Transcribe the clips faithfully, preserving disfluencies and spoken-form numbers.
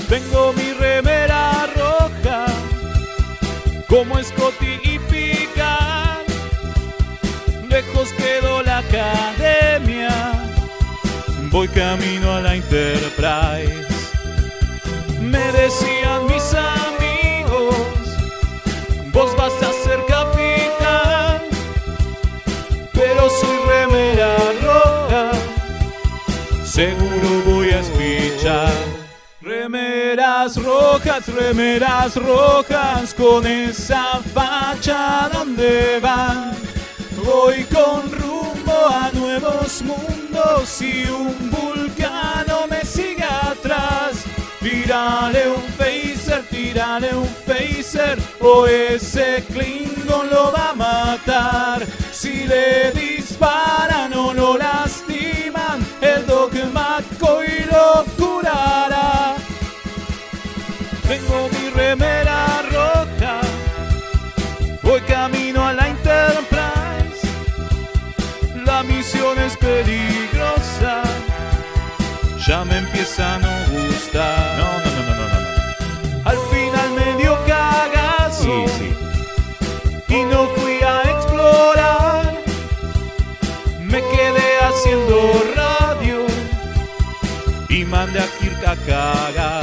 Tengo mi remera roja, como Scotty y Picard. Lejos quedó la academia, voy camino a la Enterprise. Me decían mis amigos, vos vas a ser capitán, pero soy remera roja, seguro voy a espichar. Remeras rojas, remeras rojas, con esa facha ¿dónde van? Voy con rumbo a nuevos mundos y un vulcano me sigue atrás. Tírale un phaser, tírale un phaser, o ese Klingon lo va a matar. Si le disparan o lo lastiman, el Doc McCoy lo curará. Tengo mi remera roja, voy camino a la Enterprise. La misión es peligrosa, ya me empieza a no gustar. No, no, no, no, no, no. Al final me dio cagazo, sí, sí. Y no fui a explorar. Me quedé haciendo radio y mandé a Kirk a cagar.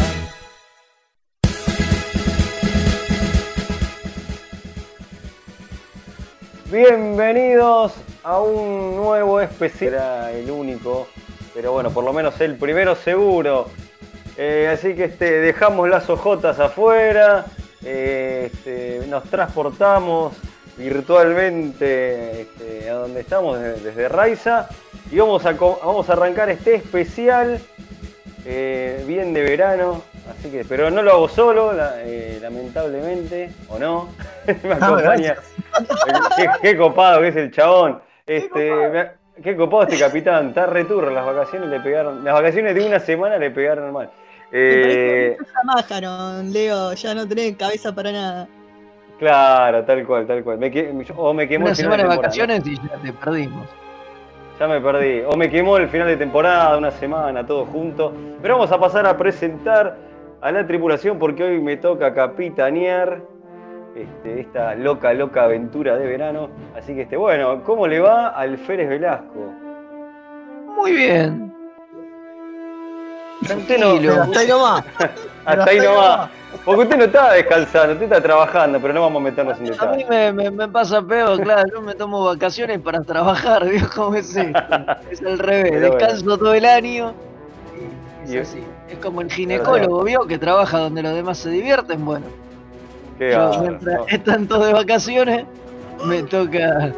Bienvenidos a un nuevo especial. Era el único, pero bueno, por lo menos el primero seguro. Eh, así que este, dejamos las ojotas afuera, eh, este, nos transportamos virtualmente este, a donde estamos, desde, desde Raiza, y vamos a, vamos a arrancar este especial eh, bien de verano. Así que, pero no lo hago solo, la, eh, lamentablemente, o no, me acompaña. qué, qué copado que es el chabón. Este, qué copado, me, qué copado este capitán, está returro, las vacaciones le pegaron, las vacaciones de una semana le pegaron mal. Eh, me parece Leo, ya no tenés cabeza para nada. Claro, tal cual, tal cual. Me que, o me quemó una el final semana de, de vacaciones, ¿no? Y ya te perdimos. Ya me perdí. O me quemó el final de temporada, una semana, todo junto. Pero vamos a pasar a presentar a la tripulación porque hoy me toca capitanear este, esta loca, loca aventura de verano. Así que, este, bueno, ¿cómo le va al Alférez Velasco? Muy bien. Tranquilo. No, hasta ahí nomás. hasta ahí nomás. Porque usted no está descansando, usted está trabajando, pero no vamos a meternos en detalle. A mí me, me, me pasa peor, claro, yo me tomo vacaciones para trabajar, ¿vio cómo es esto? Es al revés, pero descanso bueno. todo el año y es y así. Es como el ginecólogo, ¿vio? Que trabaja donde los demás se divierten, bueno. Qué yo, bar, mientras no. están todos de vacaciones, me toca...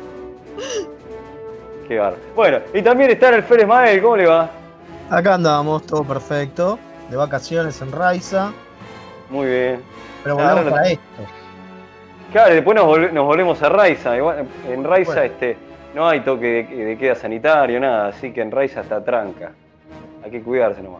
Qué bar. Bueno, y también está el Alférez Mael, ¿cómo le va? Acá andamos, todo perfecto, de vacaciones en Raiza. Muy bien. Pero volvemos claro, para esto. Claro, y después nos, volve, nos volvemos a Raiza. Igual, en Raiza bueno. este, no hay toque de, de queda sanitario, nada, así que en Raiza está tranca. Hay que cuidarse nomás.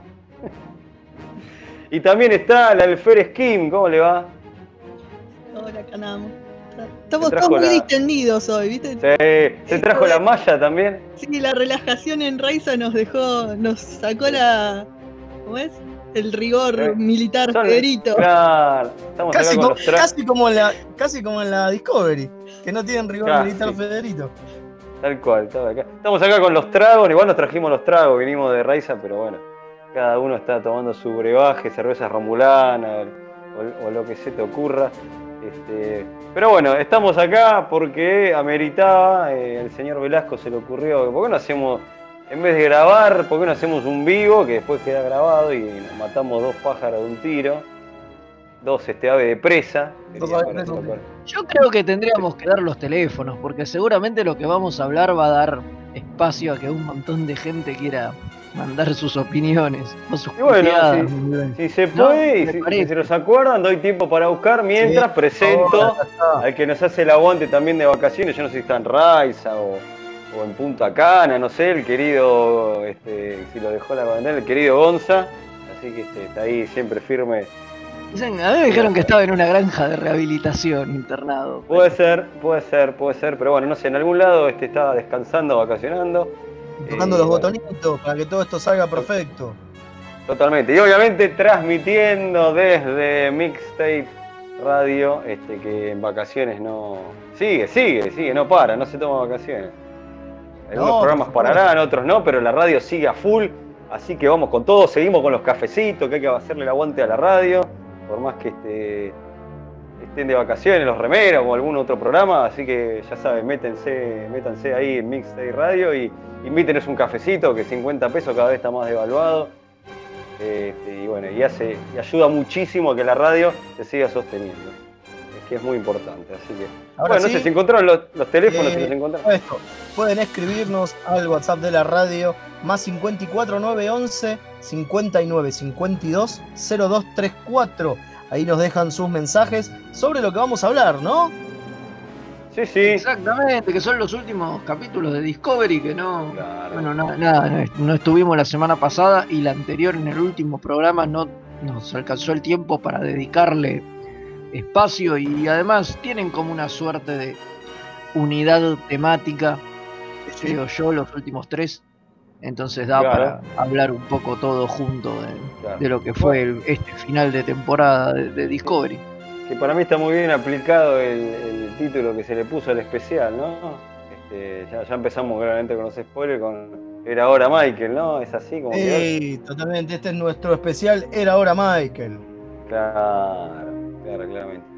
Y también está el Alférez Kim, ¿cómo le va? Hola, Canamo. Estamos todos muy la... distendidos hoy, ¿viste? Sí, ¿se trajo la malla también? Sí, la relajación en Raiza nos dejó, nos sacó la... ¿Cómo es? El rigor ¿Eh? militar Son, Federito. Claro, estamos casi, acá como, con los tra... casi, como en la, casi como en la Discovery, que no tienen rigor casi. militar Federito. Tal cual, estamos acá. estamos acá con los tragos, igual nos trajimos los tragos, vinimos de Raiza, pero bueno, cada uno está tomando su brebaje, cerveza romulana o, o lo que se te ocurra. Este, pero bueno, estamos acá porque ameritaba, eh, el señor Velasco se le ocurrió, ¿por qué no hacemos, en vez de grabar, por qué no hacemos un vivo que después queda grabado y matamos dos pájaros de un tiro, dos este, aves de presa? Yo creo que tendríamos que dar los teléfonos, porque seguramente lo que vamos a hablar va a dar espacio a que un montón de gente quiera mandar sus opiniones o sus y bueno, si, si se puede, no, y si, si se los acuerdan, doy tiempo para buscar, mientras sí, presento oh, al que nos hace el aguante también de vacaciones. Yo no sé si está en Raiza o, o en Punta Cana, no sé, el querido, este, si lo dejó la bandera, el querido Gonza, así que este, está ahí siempre firme. Dicen, a mí me dijeron que estaba en una granja de rehabilitación internado. Pero... Puede ser, puede ser, puede ser, pero bueno, no sé, en algún lado este, estaba descansando, vacacionando. Tocando eh, los botonitos bueno. para que todo esto salga perfecto. Totalmente. Y obviamente transmitiendo desde Mixtape Radio, este, que en vacaciones no... Sigue, sigue, sigue, no para, no se toma vacaciones. Algunos No, programas pararán, otros no, pero la radio sigue a full. Así que vamos con todo, seguimos con los cafecitos, que hay que hacerle el aguante a la radio. Por más que este, estén de vacaciones los remeros o algún otro programa. Así que ya saben, métanse, métanse ahí en Mixtape Radio y invítenos un cafecito, que cincuenta pesos cada vez está más devaluado. Este, y bueno, y hace y ayuda muchísimo a que la radio se siga sosteniendo. Es que es muy importante, así que... Ahora bueno, sí, no sé si encontraron los, los teléfonos, eh, si los encontraron. Esto, pueden escribirnos al WhatsApp de la radio, más cincuenta y cuatro nueve once cincuenta y nueve cincuenta y dos cero dos treinta y cuatro. Ahí nos dejan sus mensajes sobre lo que vamos a hablar, ¿no? Sí, sí. Exactamente, que son los últimos capítulos de Discovery que no... Claro. Bueno, no, nada, no, no estuvimos la semana pasada y la anterior en el último programa no nos alcanzó el tiempo para dedicarle espacio y además tienen como una suerte de unidad temática, creo yo, los últimos tres. Entonces da Claro. para hablar un poco todo junto de, Claro. de lo que fue el- este final de temporada de, de Discovery. Que para mí está muy bien aplicado el, el título que se le puso al especial, ¿no? Este, ya, ya empezamos claramente con los spoilers, con Era ahora Michael, ¿no? Es así como que... Sí, totalmente. Este es nuestro especial. Era ahora Michael. Claro, claro, claramente.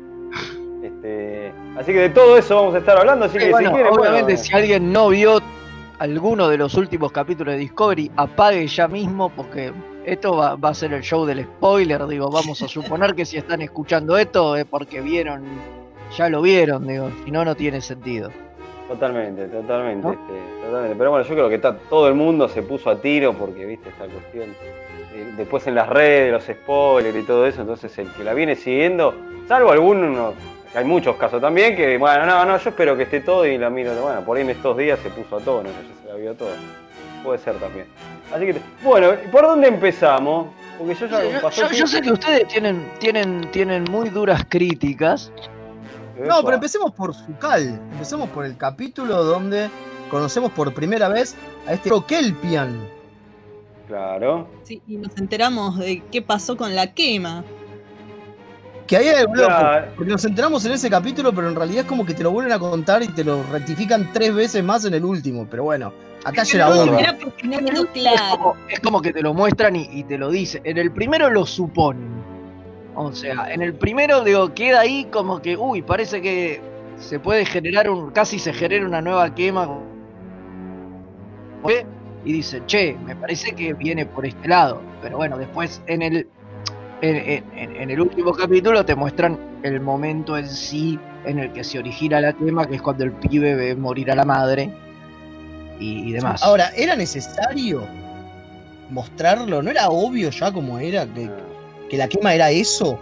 Este, así que de todo eso vamos a estar hablando, así Sí, que bueno, si quieren... obviamente bueno, si alguien no vio alguno de los últimos capítulos de Discovery, apague ya mismo porque esto va, va a ser el show del spoiler, digo, vamos a suponer que si están escuchando esto es porque vieron, ya lo vieron, digo, si no, no tiene sentido. Totalmente, totalmente, ¿No? este, totalmente. Pero bueno, yo creo que está, todo el mundo se puso a tiro porque, viste, esta cuestión. eh, después en las redes, los spoilers y todo eso, entonces el que la viene siguiendo, salvo algunos, hay muchos casos también que, bueno, no, no, yo espero que esté todo y la miro, bueno, por ahí en estos días se puso a todo, ¿no? Ya se la vio todo. Puede ser también. Así que, bueno, ¿por dónde empezamos? Porque yo ya Sí, yo, pasó yo- el yo sé tiempo. que ustedes tienen, tienen, tienen muy duras críticas. No, Epa. pero empecemos por Zucal. Empecemos por el capítulo donde conocemos por primera vez a este Kelpian. Claro. Sí, y nos enteramos de qué pasó con la quema. Que ahí hay algo loco, Claro. porque nos enteramos en ese capítulo, pero en realidad es como que te lo vuelven a contar y te lo rectifican tres veces más en el último. Pero bueno, acá ya era No, obvio. era porque no quedó Es claro. como, es como que te lo muestran y, y te lo dicen. En el primero lo suponen. O sea, en el primero, digo, queda ahí como que, uy, parece que se puede generar un, casi se genera una nueva quema. Y dice, che, me parece que viene por este lado. Pero bueno, después en el, en, en- en el último capítulo te muestran el momento en sí en el que se origina la quema, que es cuando el pibe ve morir a la madre y, y demás. Ahora, ¿era necesario mostrarlo? ¿No era obvio ya como era que, que la quema era eso?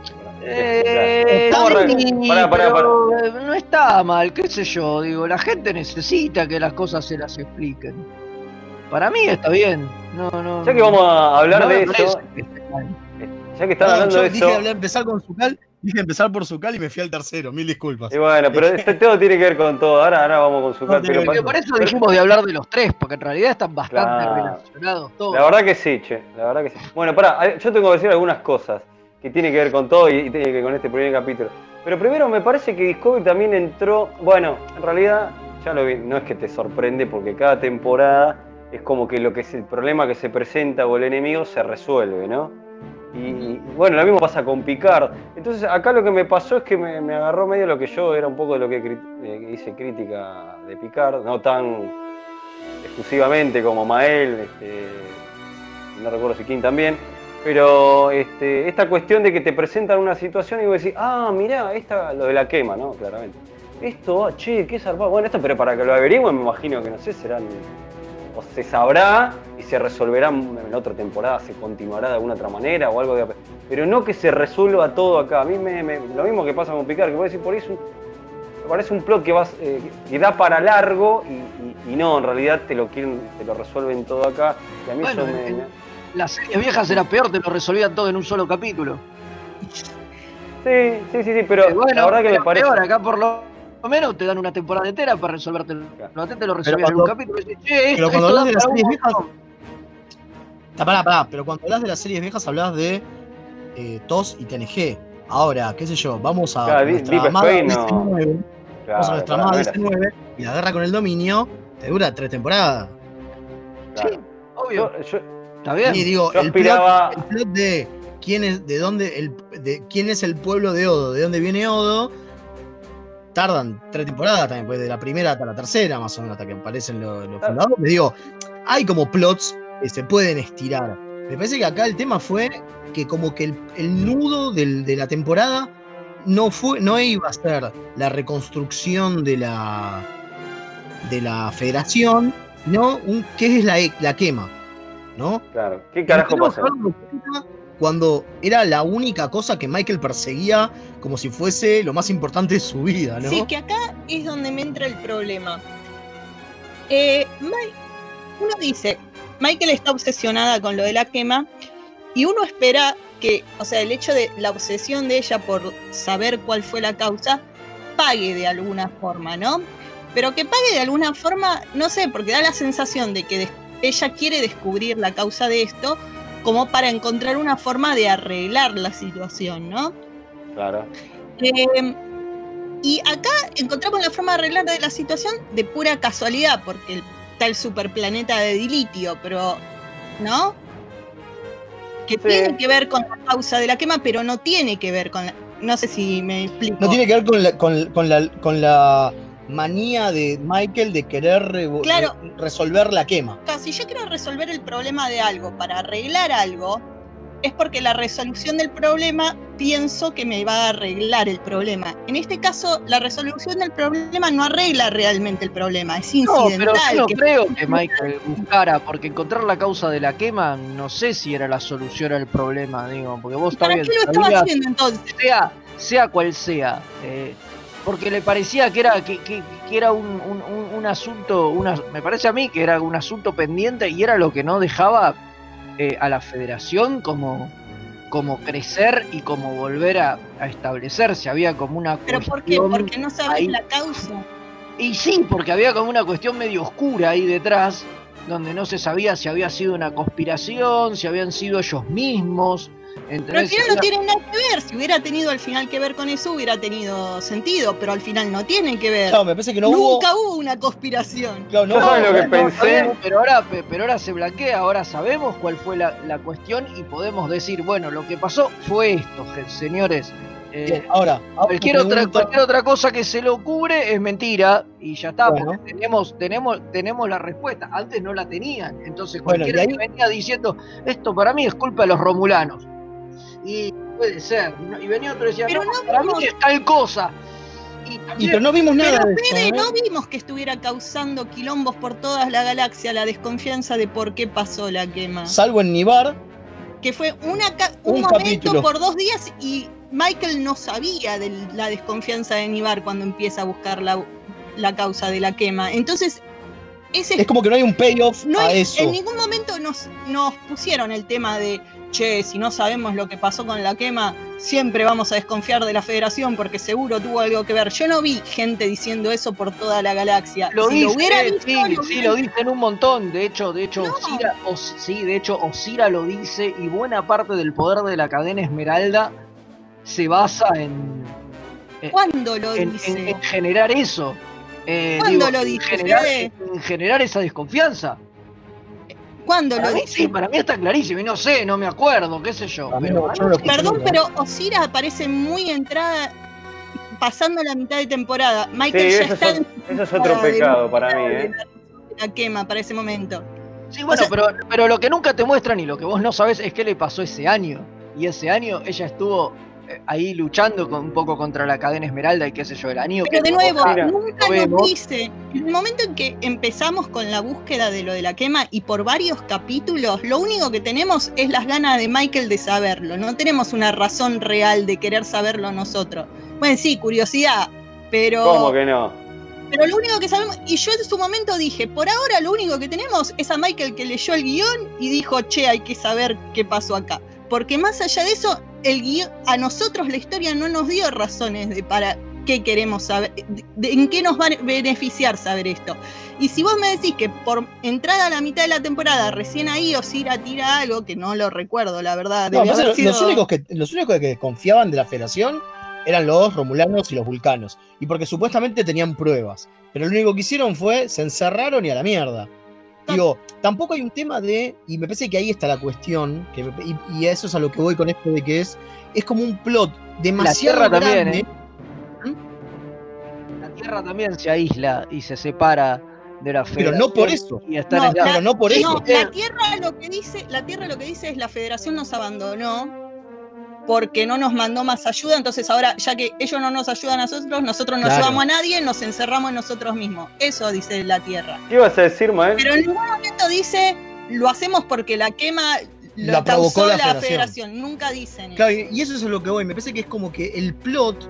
Eh, Vamos a sí, arran- pará, pará, pero, eh, no está mal, qué sé yo, digo, la gente necesita que las cosas se las expliquen. Para mí está bien. No, no. Ya que vamos a hablar no me de parece eso, que esté mal. ya que están No, hablando yo de dije eso... hablar- empezar con Zucal, dije empezar por Zucal y me fui al tercero, mil disculpas. Y bueno, pero este todo tiene que ver con todo. Ahora, ahora vamos con su No, cal, tiene pero que pa- ver Por eso dijimos de hablar de los tres, porque en realidad están bastante Claro. relacionados todos. La verdad que sí, che. La verdad que sí. Bueno, pará, yo tengo que decir algunas cosas que tienen que ver con todo y, y tiene que ver con este primer capítulo. Pero primero me parece que Discovery también entró. Bueno, en realidad, ya lo vi, no es que te sorprende porque cada temporada es como que lo que es el problema que se presenta o el enemigo se resuelve, ¿no? Y, y, bueno, lo mismo pasa con Picard. Entonces acá lo que me pasó es que me, me agarró medio lo que yo era un poco de lo que, cri- eh, que hice crítica de Picard, no tan exclusivamente como Mael, este, no recuerdo si King también, pero este, esta cuestión de que te presentan una situación y vos decís, ah, mirá, esta, lo de la quema, ¿no? Claramente. Esto, ah, che, qué zarpado. Bueno, esto, pero para que lo averigüen, me imagino que no sé, serán. O se sabrá y se resolverá en la otra temporada, se continuará de alguna otra manera o algo de. Pero no que se resuelva todo acá. A mí me, me- lo mismo que pasa con Picard, que vos decís, por eso me parece un plot que, vas, eh, que da para largo y, y- y no, en realidad te lo quieren, te lo resuelven todo acá. Y a mí Bueno, eso me. en- me- Las series viejas era peor, te lo resolvían todo en un solo capítulo. Sí, sí, sí, sí, pero Eh, bueno, la verdad que me era parece. peor, acá por lo menos te dan una temporada entera para resolverte. Lo antes te lo resolvían en cuando- un capítulo y decís, che, esto, pero cuando esto hablas da de las para un series viejas, montón. Pará, pará, pero cuando hablas de las series viejas hablas de eh, T O S y T N G. Ahora, qué sé yo, vamos a Claro, nuestra Deep amada Space D C nueve, no. vamos a Claro, nuestra para, amada no D era C así. nueve y la guerra con el dominio te dura tres temporadas. Claro. Sí, obvio. Yo, yo, Está bien. Y digo, yo el plot, aspiraba. el plot de quién es, de dónde, el, de quién es el pueblo de Odo, de dónde viene Odo, tardan tres temporadas también, pues de la primera hasta la tercera, más o menos, hasta que aparecen los, los fundadores. Digo, hay como plots que se pueden estirar. Me parece que acá el tema fue que como que el, el nudo del, de la temporada no fue, no iba a ser la reconstrucción de la de la federación, sino un qué es la, la quema, ¿no? Claro, ¿qué carajo pasa? Cuando era la única cosa que Michael perseguía como si fuese lo más importante de su vida, ¿no? Sí, que acá es donde me entra el problema. Eh, uno dice, Michael está obsesionada con lo de la quema y uno espera que, o sea, el hecho de la obsesión de ella por saber cuál fue la causa pague de alguna forma, ¿no? Pero que pague de alguna forma, no sé, porque da la sensación de que ella quiere descubrir la causa de esto como para encontrar una forma de arreglar la situación, ¿no? Claro. Eh, y acá encontramos la forma de arreglar de la situación de pura casualidad, porque está el superplaneta de dilitio, pero, ¿no? Que sí. Tiene que ver con la causa de la quema, pero no tiene que ver con la... No sé si me explico. No tiene que ver con la, con, con la, con la manía de Michael de querer re, claro, re, resolver la quema. Si yo quiero resolver el problema de algo para arreglar algo, es porque la resolución del problema pienso que me va a arreglar el problema. En este caso, la resolución del problema no arregla realmente el problema, es incidental. No, pero yo no que... creo que Michael buscara, porque encontrar la causa de la quema, no sé si era la solución al problema, digo, porque vos ¿Para también qué lo estaba haciendo entonces? Sea, sea cual sea, eh, porque le parecía que era que, que, que era un, un, un, un asunto, una, me parece a mí que era un asunto pendiente y era lo que no dejaba eh, a la federación como, como crecer y como volver a, a establecerse. Había como una ¿Pero por qué? Porque no sabes ahí la causa. Y sí, porque había como una cuestión medio oscura ahí detrás, donde no se sabía si había sido una conspiración, si habían sido ellos mismos. Entonces, pero al final no tiene nada que ver. Si hubiera tenido al final que ver con eso, hubiera tenido sentido, pero al final no tiene que ver. Claro, me parece que no Nunca hubo... hubo una conspiración. Claro, no, Yo no, lo que no, pensé. No, pero, ahora, pero ahora se blanquea, ahora sabemos cuál fue la, la cuestión y podemos decir, bueno, lo que pasó fue esto, señores. Eh, Bien, ahora, cualquier otra, cualquier otra cosa que se lo cubre es mentira y ya está, bueno. porque tenemos, tenemos, tenemos la respuesta. Antes no la tenían, entonces cualquiera bueno, ahí... que venía diciendo esto para mí es culpa de los romulanos. Y puede ser, y venía otro y decía, pero no, no para vimos... mí es tal cosa. Y, también... y pero no vimos nada pero, de Fede, eso, ¿eh? no vimos que estuviera causando quilombos por toda la galaxia, la desconfianza de por qué pasó la quema. Salvo en Nibar. Que fue una un, un momento capítulo. Por dos días y Michael no sabía de la desconfianza de Nibar cuando empieza a buscar la, la causa de la quema. Entonces, ese, es como que no hay un payoff no a hay, eso. En ningún momento nos, nos pusieron el tema de, che, si no sabemos lo que pasó con la quema, siempre vamos a desconfiar de la Federación porque seguro tuvo algo que ver. Yo no vi gente diciendo eso por toda la galaxia. Lo si dice, lo hubiera visto, sí, lo sí, lo dicen un montón. De hecho, de hecho, no. Osira, Os, sí, de hecho, Osira lo dice y buena parte del poder de la cadena Esmeralda se basa en. ¿Cuándo lo en, dice? En, en generar eso. Eh, ¿Cuándo digo, lo dice? En generar, en generar esa desconfianza. ¿Cuándo para lo mí, dice? Sí, para mí está clarísimo. Y no sé, no me acuerdo, qué sé yo. Pero, no, yo no perdón, pero Osira aparece muy entrada, pasando la mitad de temporada. Michael sí, ya eso está. Es, eso es otro pecado para mí, ¿eh? La quema para ese momento. Sí, bueno, o sea, pero, pero lo que nunca te muestran y lo que vos no sabés es qué le pasó ese año. Y ese año ella estuvo ahí luchando con, un poco contra la cadena Esmeralda y qué sé yo, el año pero que... de nuevo, mira, nunca nos vemos. dice, en el momento en que empezamos con la búsqueda de lo de la quema y por varios capítulos, lo único que tenemos es las ganas de Michael de saberlo, no tenemos una razón real de querer saberlo nosotros. Bueno, sí, curiosidad, pero... ¿Cómo que no? Pero lo único que sabemos, y yo en su momento dije, por ahora lo único que tenemos es a Michael que leyó el guión y dijo, che, hay que saber qué pasó acá. Porque más allá de eso, el guión, a nosotros la historia no nos dio razones de para qué queremos saber, de, en qué nos va a beneficiar saber esto. Y si vos me decís que por entrada a la mitad de la temporada, recién ahí Osira tira algo, que no lo recuerdo, la verdad. No, haber los, sido... los, únicos que, los únicos que confiaban de la Federación eran los romulanos y los vulcanos. Y porque supuestamente tenían pruebas. Pero lo único que hicieron fue, se encerraron y a la mierda. Digo, tampoco hay un tema de, y me parece que ahí está la cuestión, que, y, y a eso es a lo que voy con esto de que es, es como un plot demasiado la grande. También, ¿eh? ¿Mm? La Tierra también se aísla y se separa de la Federación. Pero no por eso. Y está no, en el... pero no por eso. No, la Tierra lo que dice, la Tierra lo que dice es la Federación nos abandonó porque no nos mandó más ayuda, entonces ahora, ya que ellos no nos ayudan a nosotros, nosotros no Claro. ayudamos a nadie, nos encerramos en nosotros mismos. Eso dice la Tierra. ¿Qué ibas a decir, Mael? Pero en ningún momento dice, lo hacemos porque la quema lo La provocó causó la la Federación. Federación. Nunca dicen eso. Claro, y eso es a lo que voy. Me parece que es como que el plot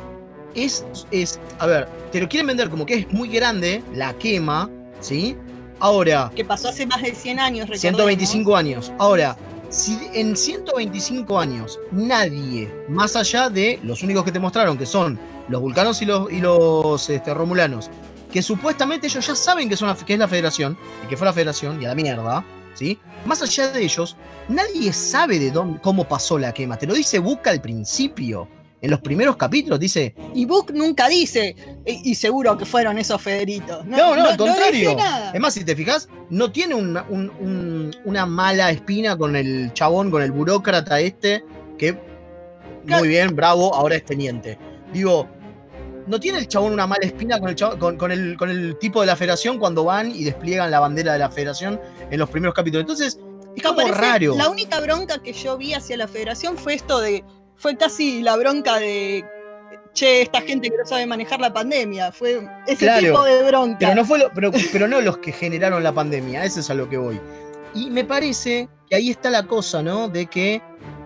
es, es, a ver, te lo quieren vender como que es muy grande, la quema, ¿sí? Ahora, Que pasó hace más de cien años, recordemos. ciento veinticinco años. Ahora, si en ciento veinticinco años nadie, más allá de los únicos que te mostraron, que son los vulcanos y los, y los este, romulanos, que supuestamente ellos ya saben que, son la, que es la Federación, y que fue la Federación, y a la mierda, ¿sí? Más allá de ellos, nadie sabe de dónde, cómo pasó la quema. Te lo dice Book al principio. En los primeros capítulos dice... Y Book nunca dice, y, y seguro que fueron esos Federitos. No, no, al contrario. dice nada. Es más, si te fijas, no tiene una, un- un- una mala espina con el chabón, con el burócrata este, que muy bien, bravo, ahora es teniente. Digo, no tiene el chabón una mala espina con el, chabón- con, con el, con el tipo de la Federación cuando van y despliegan la bandera de la Federación en los primeros capítulos. Entonces, es No, como parece- raro. La única bronca que yo vi hacia la Federación fue esto de, fue casi la bronca de, che, esta gente que no sabe manejar la pandemia, fue ese Claro, tipo de bronca. Pero no, fue lo- pero, pero no los que generaron la pandemia, eso es a lo que voy. Y me parece que ahí está la cosa, ¿no? De que,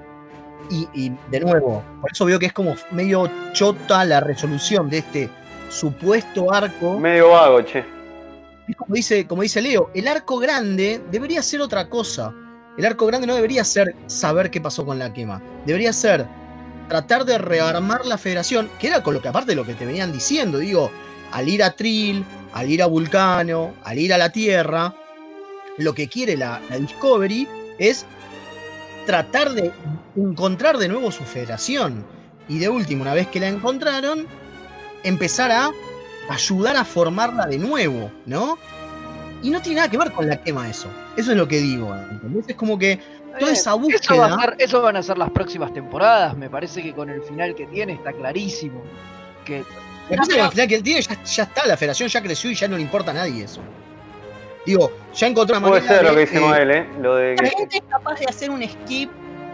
y, y de nuevo, por eso veo que es como medio chota la resolución de este supuesto arco. Medio vago, che. Es como dice, como dice Leo, el arco grande debería ser otra cosa. El arco grande no debería ser saber qué pasó con la quema. Debería ser tratar de rearmar la Federación, que era con lo que aparte de lo que te venían diciendo, digo, al ir a Trill, al ir a Vulcano, al ir a la Tierra, lo que quiere la, la Discovery es tratar de encontrar de nuevo su Federación. Y de último, una vez que la encontraron, empezar a ayudar a formarla de nuevo, ¿no? Y no tiene nada que ver con la quema eso. Eso es lo que digo, ¿entendés? Es como que toda esa Eso, búsqueda... va a ser- eso van a ser las próximas temporadas. Me parece que con el final que tiene está clarísimo. Que Me parece que al final que él tiene ya, ya está, la Federación ya creció y ya no le importa a nadie eso. Digo, ya encontró una Puede manera ser lo de, que dice eh, Mael, ¿eh? Lo de La que... gente es capaz de hacer un skip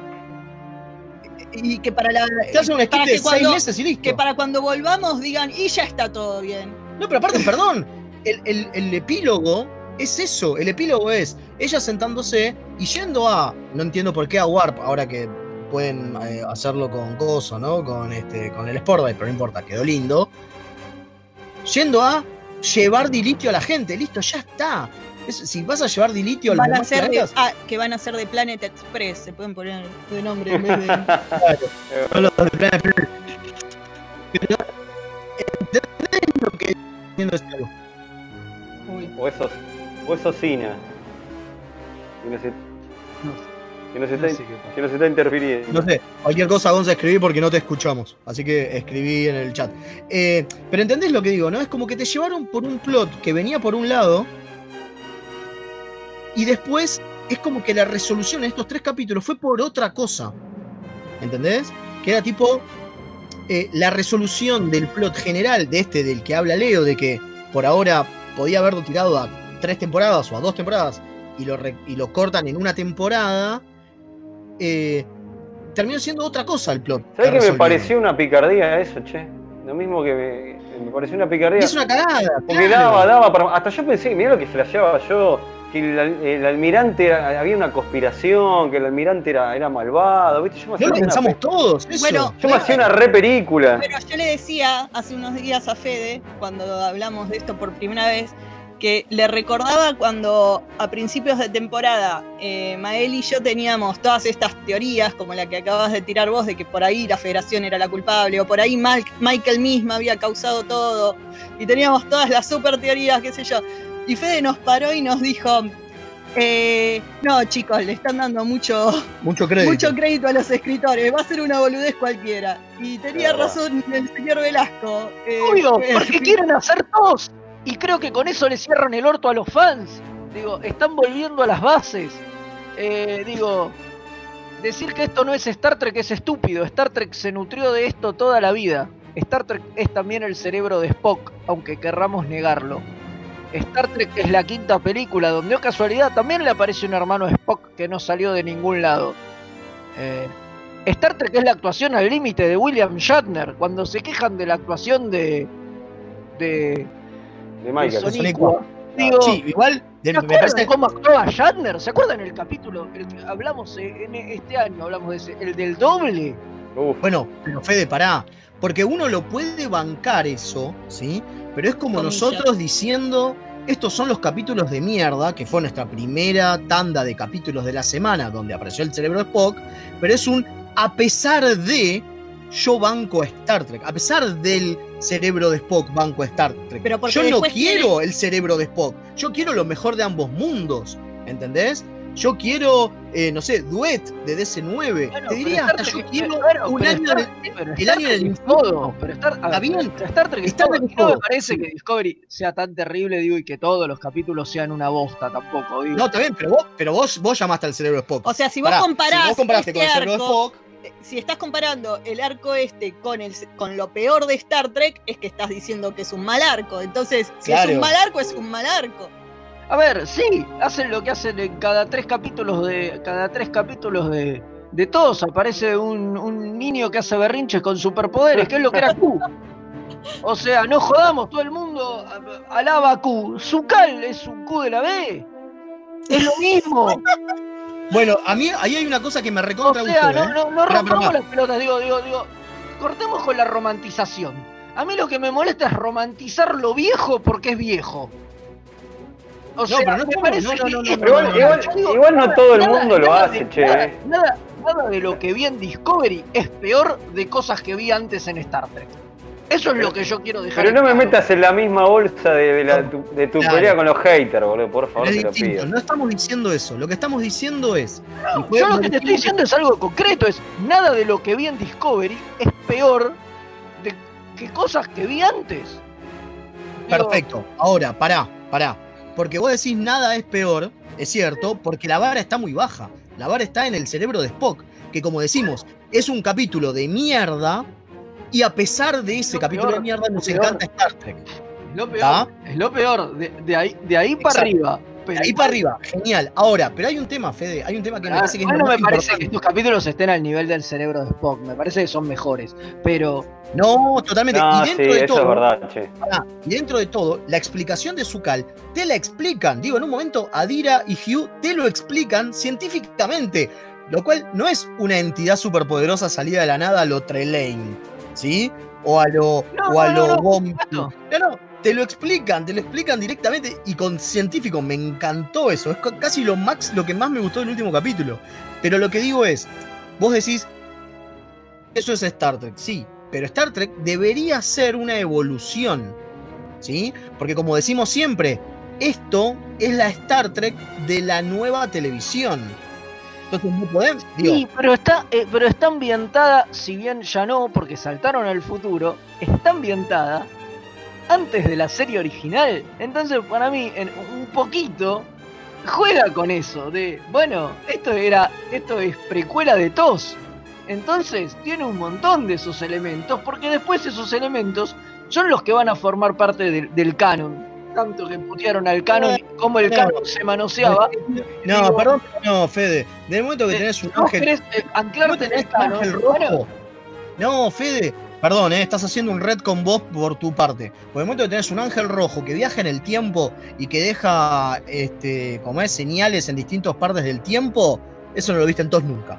y que para la te hace un skip para de que seis cuando, meses y listo. que para cuando volvamos digan y ya está todo bien. No, pero aparte, perdón, el, el- el epílogo es eso. El epílogo es ella sentándose y yendo a, no entiendo por qué a Warp, ahora que pueden eh, hacerlo con Coso, ¿no? Con este, con el Sportbite, pero no importa, quedó lindo. Yendo a llevar dilitio a la gente, listo, ya está. Es- si vas a llevar dilitio a los Van a demás ser de, planetas, ah, que van a ser de Planet Express, se pueden poner de nombre en vez de. son los de Planet Earth. Pero, ¿entendés lo que estoy diciendo este algo? Uy. O esos, o esos Sina. Que nos, que nos está, no sé qué pasa. que nos está interfiriendo. No sé, cualquier cosa, Gonza, escribí porque no te escuchamos. Así que escribí en el chat. Eh, pero ¿entendés lo que digo, no? Es como que te llevaron por un plot que venía por un lado y después es como que la resolución en estos tres capítulos fue por otra cosa. ¿Entendés? Que era tipo eh, la resolución del plot general de este del que habla Leo, de que por ahora podía haberlo tirado a tres temporadas o a dos temporadas y lo, re- y lo cortan en una temporada. Eh, terminó siendo otra cosa el plot. ¿Sabes que me resolvieron. pareció una picardía eso, che? Lo mismo que me, me pareció una picardía. Y es una cagada. Porque claro. daba, daba para... Hasta yo pensé, mirá lo que flasheaba yo, que el, al- el almirante, era- había una conspiración, que el almirante era, era malvado, ¿viste? Yo me No hacía lo una, pensamos todos. Eso. Bueno, yo me hacía una re película. Pero yo le decía hace unos días a Fede, cuando hablamos de esto por primera vez, que le recordaba cuando a principios de temporada eh, Mael y yo teníamos todas estas teorías, como la que acabas de tirar vos, de que por ahí la Federación era la culpable, o por ahí Mal- Michael misma había causado todo, y teníamos todas las super teorías, qué sé yo. Y Fede nos paró y nos dijo, eh, no chicos, le están dando mucho, Mucho crédito. mucho crédito a los escritores, va a ser una boludez cualquiera. Y tenía Claro. razón el señor Velasco. eh, Obvio, fue- porque quieren hacer todos. Y creo que con eso le cierran el orto a los fans. Digo, están volviendo a las bases. Eh, digo, decir que esto no es Star Trek es estúpido. Star Trek se nutrió de esto toda la vida. Star Trek es también el cerebro de Spock, aunque querramos negarlo. Star Trek es la quinta película donde, oh casualidad, también le aparece un hermano de Spock que no salió de ningún lado. Eh, Star Trek es la actuación al límite de William Shatner. Cuando se quejan de la actuación de... de De Michael. de Sonic. Sonicua, digo, Sí, igual, de- ¿se me acuerdan parece. cómo actuaba Shatner? ¿Se acuerdan el capítulo? El que hablamos eh, en este año, hablamos de ese, el del doble. Uf, Bueno, pero Fede, pará. Porque uno lo puede bancar eso, ¿sí? Pero es como Comillas. nosotros diciendo, estos son los capítulos de mierda, que fue nuestra primera tanda de capítulos de la semana, donde apareció el cerebro de Spock, pero es un, a pesar de, yo banco a Star Trek, a pesar del cerebro de Spock, banco a Star Trek. Pero porque Yo no después quiero el cerebro de Spock, yo quiero lo mejor de ambos mundos, ¿entendés? Yo quiero, eh, no sé, Duet de D C nueve. Bueno, Te pero diría Star hasta Trek yo es- quiero bueno, un pero año Star- de, sí, pero el Star año Trek del es todo. infinito. Pero Star, a ver, Está bien. Star Trek es Star todo. Trek es Y no me todo, parece sí. que Discovery sea tan terrible, digo, y que todos los capítulos sean una bosta tampoco, digo. No, está bien, pero vos, pero vos, vos llamaste al cerebro de Spock. O sea, si vos Pará, comparás si vos comparaste este con el cerebro de arco, Spock, eh, si estás comparando el arco este con, el, con lo peor de Star Trek, es que estás diciendo que es un mal arco. Entonces, si Claro. es un mal arco, es un mal arco. A ver, sí, hacen lo que hacen en cada tres capítulos de. Cada tres capítulos de. De todos aparece un, un niño que hace berrinches con superpoderes, que es lo que era Q. O sea, no jodamos, todo el mundo a- alaba a Q. Zucal es un Q de la B. Es lo mismo. bueno, a mí ahí hay una cosa que me O recontra sea, gustó, no, ¿eh? no, no Pará, rompamos pará. las pelotas, digo, digo, digo. Cortemos con la romantización. A mí lo que me molesta es romantizar lo viejo porque es viejo. O sea, pero no me estamos- parece no, no, que no, no, es- Pero igual, no, igual, yo digo, igual no todo el nada- mundo lo nada hace, de- che. Nada, eh. nada, nada de lo que vi en Discovery es peor de cosas que vi antes en Star Trek. Eso es Pero- lo que yo quiero dejar. Pero en no me claro. metas en la misma bolsa de, de la- tu, de tu Claro. pelea con los haters, boludo. Por favor, Es te lo distinto, pido. no estamos diciendo eso. Lo que estamos diciendo es. y fue- Yo lo que te estoy diciendo es algo concreto, es nada de lo que vi en Discovery es peor de que cosas que vi antes. Digo, Perfecto. Ahora, pará, pará. Porque vos decís nada es peor, es cierto, porque la vara está muy baja. La vara está en el cerebro de Spock, que como decimos, es un capítulo de mierda, y a pesar de ese Lo capítulo peor, de mierda nos lo peor. encanta Star Trek. Es lo peor, ¿Está? es lo peor, de, de ahí, de ahí para Exacto. arriba. De Pero ahí para arriba, genial. Ahora, pero hay un tema, Fede, hay un tema que me Ah, parece que es igual lo no más me parece que importante. estos capítulos estén al nivel del cerebro de Spock, me parece que son mejores, pero No, totalmente. No, y sí, dentro de eso todo, es verdad, che. pará, y dentro de todo, la explicación de Zucal te la explican. Digo, en un momento, Adira y Hugh te lo explican científicamente, lo cual no es una entidad superpoderosa salida de la nada a lo Trelane, ¿sí? O a lo, No, o a no, no, lo no, Bomb. por supuesto. No, no, te lo explican, te lo explican directamente y con científico. Me encantó eso. Es ca- casi lo, max, lo que más me gustó del último capítulo. Pero lo que digo es, vos decís, eso es Star Trek, sí, pero Star Trek debería ser una evolución, ¿sí? Porque como decimos siempre, esto es la Star Trek de la nueva televisión. Entonces no podemos, digo, Sí, pero está, eh, pero está ambientada, si bien ya no, porque saltaron al futuro, está ambientada antes de la serie original. Entonces, para mí, en un poquito, juega con eso, de, bueno, esto era, esto es precuela de T O S. Entonces, tiene un montón de esos elementos, porque después esos elementos son los que van a formar parte del, del canon. Tanto que putearon al canon, y cómo el no. canon se manoseaba. no, digo- perdón, no, Fede, del momento que Eh, tenés un ¿No ángel, querés eh, ¿no anclarte en tenés el un canon? ángel Bueno, rojo? No, Fede, perdón, eh, estás haciendo un red con vos por tu parte. Por el momento que tenés un ángel rojo que viaja en el tiempo y que deja, este, como es, señales en distintas partes del tiempo, eso no lo viste en todos nunca.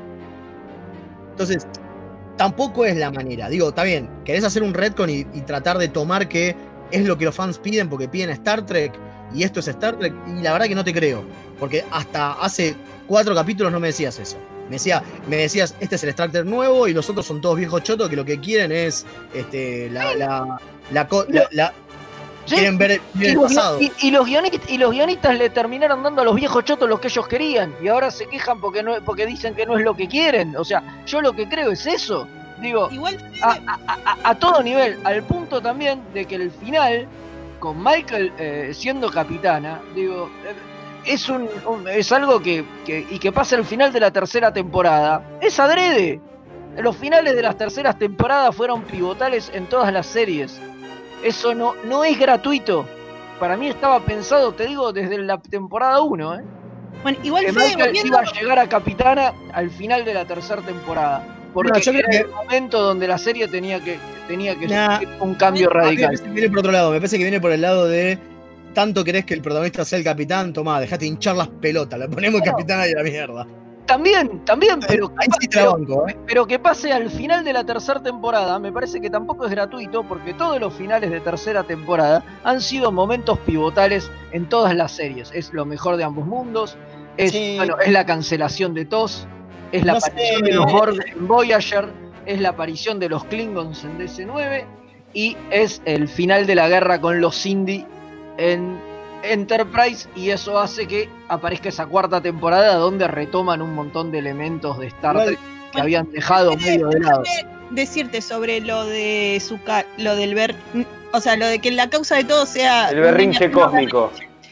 Entonces, tampoco es la manera. Digo, está bien, querés hacer un retcon y, y tratar de tomar que es lo que los fans piden porque piden Star Trek. y esto es Star Trek, y la verdad que no te creo, porque hasta hace cuatro capítulos no me decías eso. Me, decía, me decías, este es el Star Trek nuevo y los otros son todos viejos chotos que lo que quieren es este, la, la, la, la, la, la sí. quieren ver, ver y, el los, pasado. y, y, los guionistas, y los guionistas le terminaron dando a los viejos chotos lo que ellos querían y ahora se quejan porque, no, porque dicen que no es lo que quieren. O sea, yo lo que creo es eso. Digo, Igual, a, a, a, a todo nivel, al punto también de que el final, con Michael eh, siendo capitana, digo... Eh, Es, un, un, es algo que, que, y que pasa al final de la tercera temporada, es adrede. Los finales de las terceras temporadas fueron pivotales en todas las series. Eso no, no es gratuito. Para mí estaba pensado, te digo, desde la temporada uno, ¿eh? Bueno, igual que Fede, Michael volviendo... iba a llegar a capitana al final de la tercera temporada. Porque no, yo era creo que... el momento donde la serie tenía que, tenía que nah, un cambio radical. Me parece que viene por otro lado, me parece que viene por el lado de... Tanto querés que el protagonista sea el capitán, tomá, dejate hinchar las pelotas, le ponemos el capitán ahí a la mierda. También, también, pero, ahí sí te pero, banco, ¿eh? pero que pase al final de la tercera temporada, me parece que tampoco es gratuito, porque todos los finales de tercera temporada han sido momentos pivotales en todas las series. Es lo mejor de ambos mundos, es, sí. bueno, es la cancelación de T O S, es la no aparición sé. de los Borg en Voyager, es la aparición de los Klingons en D S nueve, y es el final de la guerra con los Sindhi en Enterprise, y eso hace que aparezca esa cuarta temporada donde retoman un montón de elementos de Star Trek que bueno, habían dejado eh, medio de lado. Decirte sobre lo de su lo del ver, o sea, lo de que la causa de todo sea el berrinche cósmico.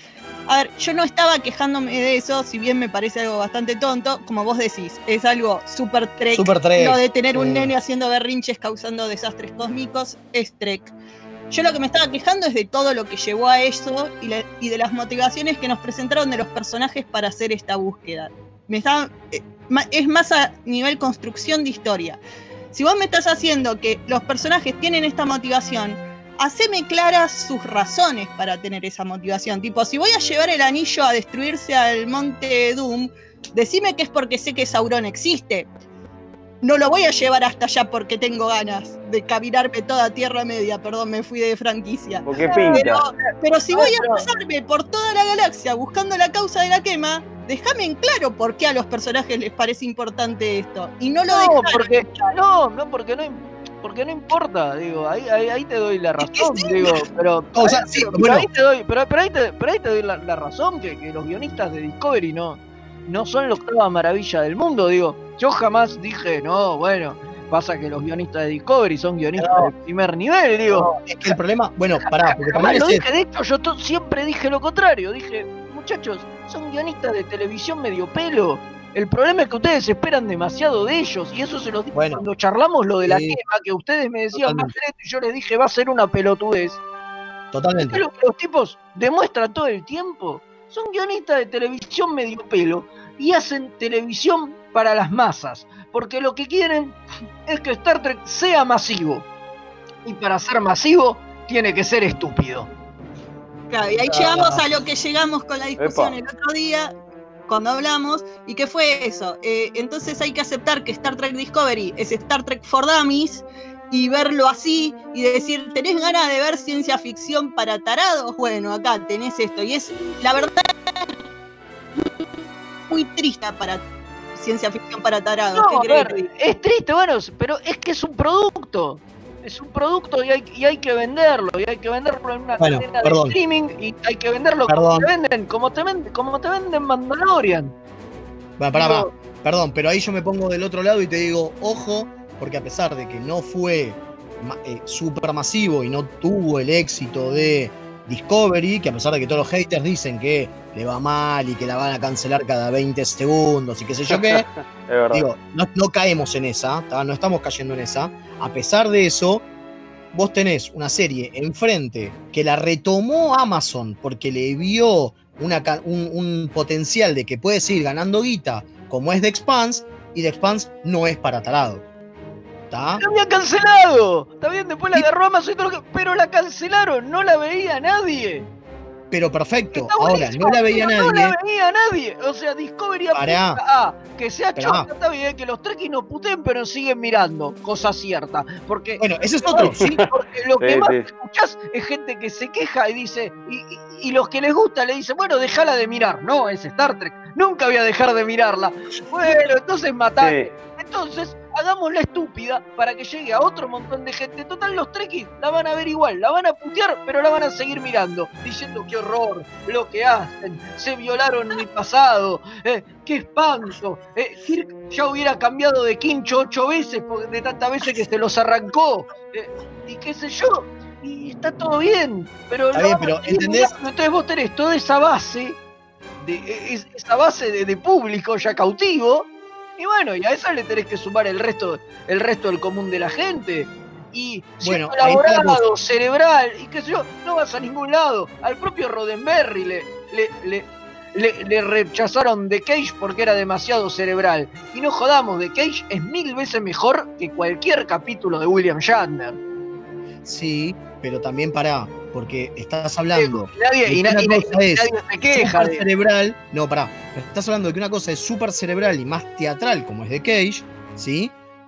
A ver, yo no estaba quejándome de eso, si bien me parece algo bastante tonto, como vos decís, es algo super Trek, super Trek. Lo de tener sí. un nene haciendo berrinches causando desastres cósmicos es Trek. Yo lo que me estaba quejando es de todo lo que llevó a eso y, la, y de las motivaciones que nos presentaron de los personajes para hacer esta búsqueda. Me estaba, eh, es más a nivel construcción de historia. Si vos me estás haciendo que los personajes tienen esta motivación, haceme claras sus razones para tener esa motivación. Tipo, si voy a llevar el anillo a destruirse al monte Doom, decime que es porque sé que Sauron existe. No lo voy a llevar hasta allá porque tengo ganas de caminarme toda Tierra Media. Perdón, me fui de franquicia. Porque pinta. Pero, pero si voy a pasarme por toda la galaxia buscando la causa de la quema, déjame en claro por qué a los personajes les parece importante esto. Y no lo no, dejaron. Porque, no, no, porque no, porque no importa, digo, ahí, ahí, ahí te doy la razón, sí. digo, pero, o sea, ahí, sí, pero, bueno. pero ahí te doy, pero, pero ahí te, pero ahí te doy la, la razón que, que los guionistas de Discovery no, no son la octava maravilla del mundo, digo. Yo jamás dije, no, bueno, pasa que los guionistas de Discovery son guionistas no. de primer nivel, digo. No, es que el problema, bueno, pará, porque jamás lo dije, de hecho, yo to, siempre dije lo contrario, dije, muchachos, son guionistas de televisión medio pelo. El problema es que ustedes esperan demasiado de ellos, y eso se los dije bueno, cuando charlamos lo de la sí, quema, que ustedes me decían, y yo les dije, va a ser una pelotudez. Totalmente. Es lo que los tipos demuestran todo el tiempo. Son guionistas de televisión medio pelo, y hacen televisión para las masas, porque lo que quieren es que Star Trek sea masivo, y para ser masivo tiene que ser estúpido. Claro, y ahí ah. llegamos a lo que llegamos con la discusión Epa. el otro día, cuando hablamos, y que fue eso. Eh, entonces hay que aceptar que Star Trek Discovery es Star Trek for Dummies, y verlo así, y decir, ¿tenés ganas de ver ciencia ficción para tarados? Bueno, acá tenés esto, y es, la verdad, muy triste para ciencia ficción para tarados. No, ¿Qué a ver, es triste, bueno, pero es que es un producto. Es un producto y hay, y hay que venderlo. Y hay que venderlo en una bueno, cadena perdón. de streaming. Y hay que venderlo perdón. como te venden, como te venden, como te venden Mandalorian. Bueno, pará, digo, pará. Perdón, pero ahí yo me pongo del otro lado y te digo, ojo, porque a pesar de que no fue eh, súper masivo y no tuvo el éxito de Discovery, que a pesar de que todos los haters dicen que le va mal y que la van a cancelar cada veinte segundos y qué sé yo qué, digo, no, no caemos en esa, ¿tá? No estamos cayendo en esa. A pesar de eso, vos tenés una serie enfrente que la retomó Amazon porque le vio una, un, un potencial de que puede seguir ganando guita, como es The Expanse, y The Expanse no es para tarado. ¿Tá? ¡La había cancelado! Está bien, después la agarró Amazon y todo lo que... pero la cancelaron, no la veía nadie. Pero perfecto, Está ahora buenísimo, no la veía pero nadie. No la veía nadie. O sea, Discovery Pará. apunta a que sea Pará. chota, está bien, que los trekkies nos puteen, pero siguen mirando. Cosa cierta. Porque, Bueno, ese es otro, ¿sí? porque lo que Sí, más sí. escuchás es gente que se queja y dice, y, y, y los que les gusta le dicen, bueno, déjala de mirar. No, es Star Trek. Nunca voy a dejar de mirarla. Bueno, entonces matate. Sí. Entonces, hagámosla estúpida para que llegue a otro montón de gente. Total, los trekkies la van a ver igual, la van a putear, pero la van a seguir mirando, diciendo qué horror, lo que hacen, se violaron mi pasado, eh, qué espanto. Eh, Kirk ya hubiera cambiado de quincho ocho veces porque de tantas veces que se los arrancó, eh, y qué sé yo, y está todo bien, pero, Está la bien, van a pero, seguir ¿entendés? mirando. Entonces vos tenés toda esa base, de, es, esa base de, de público ya cautivo. Y bueno, y a eso le tenés que sumar el resto, el resto del común de la gente. Y siendo Bueno, ahí está la elaborado, cosa. cerebral, y qué sé yo, no vas a ningún lado. Al propio Roddenberry le, le, le, le, le rechazaron The Cage porque era demasiado cerebral. Y no jodamos, The Cage es mil veces mejor que cualquier capítulo de William Shatner. Sí, pero también pará, porque estás hablando. Y nadie, de y que na- una y na- cosa y es nadie se queja súper de cerebral. No, pará. Estás hablando de que una cosa es súper cerebral y más teatral, como es The Cage, ¿sí?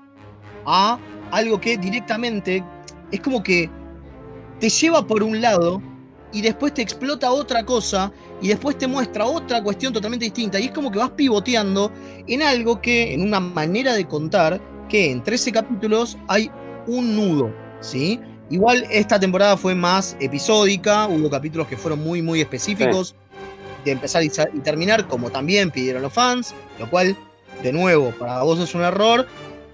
A algo que directamente es como que te lleva por un lado y después te explota otra cosa y después te muestra otra cuestión totalmente distinta. Y es como que vas pivoteando en algo que, en una manera de contar, que en trece capítulos hay un nudo, ¿sí? Igual esta temporada fue más episódica, hubo capítulos que fueron muy, muy específicos, sí, de empezar y, y terminar, como también pidieron los fans, lo cual, de nuevo, para vos es un error,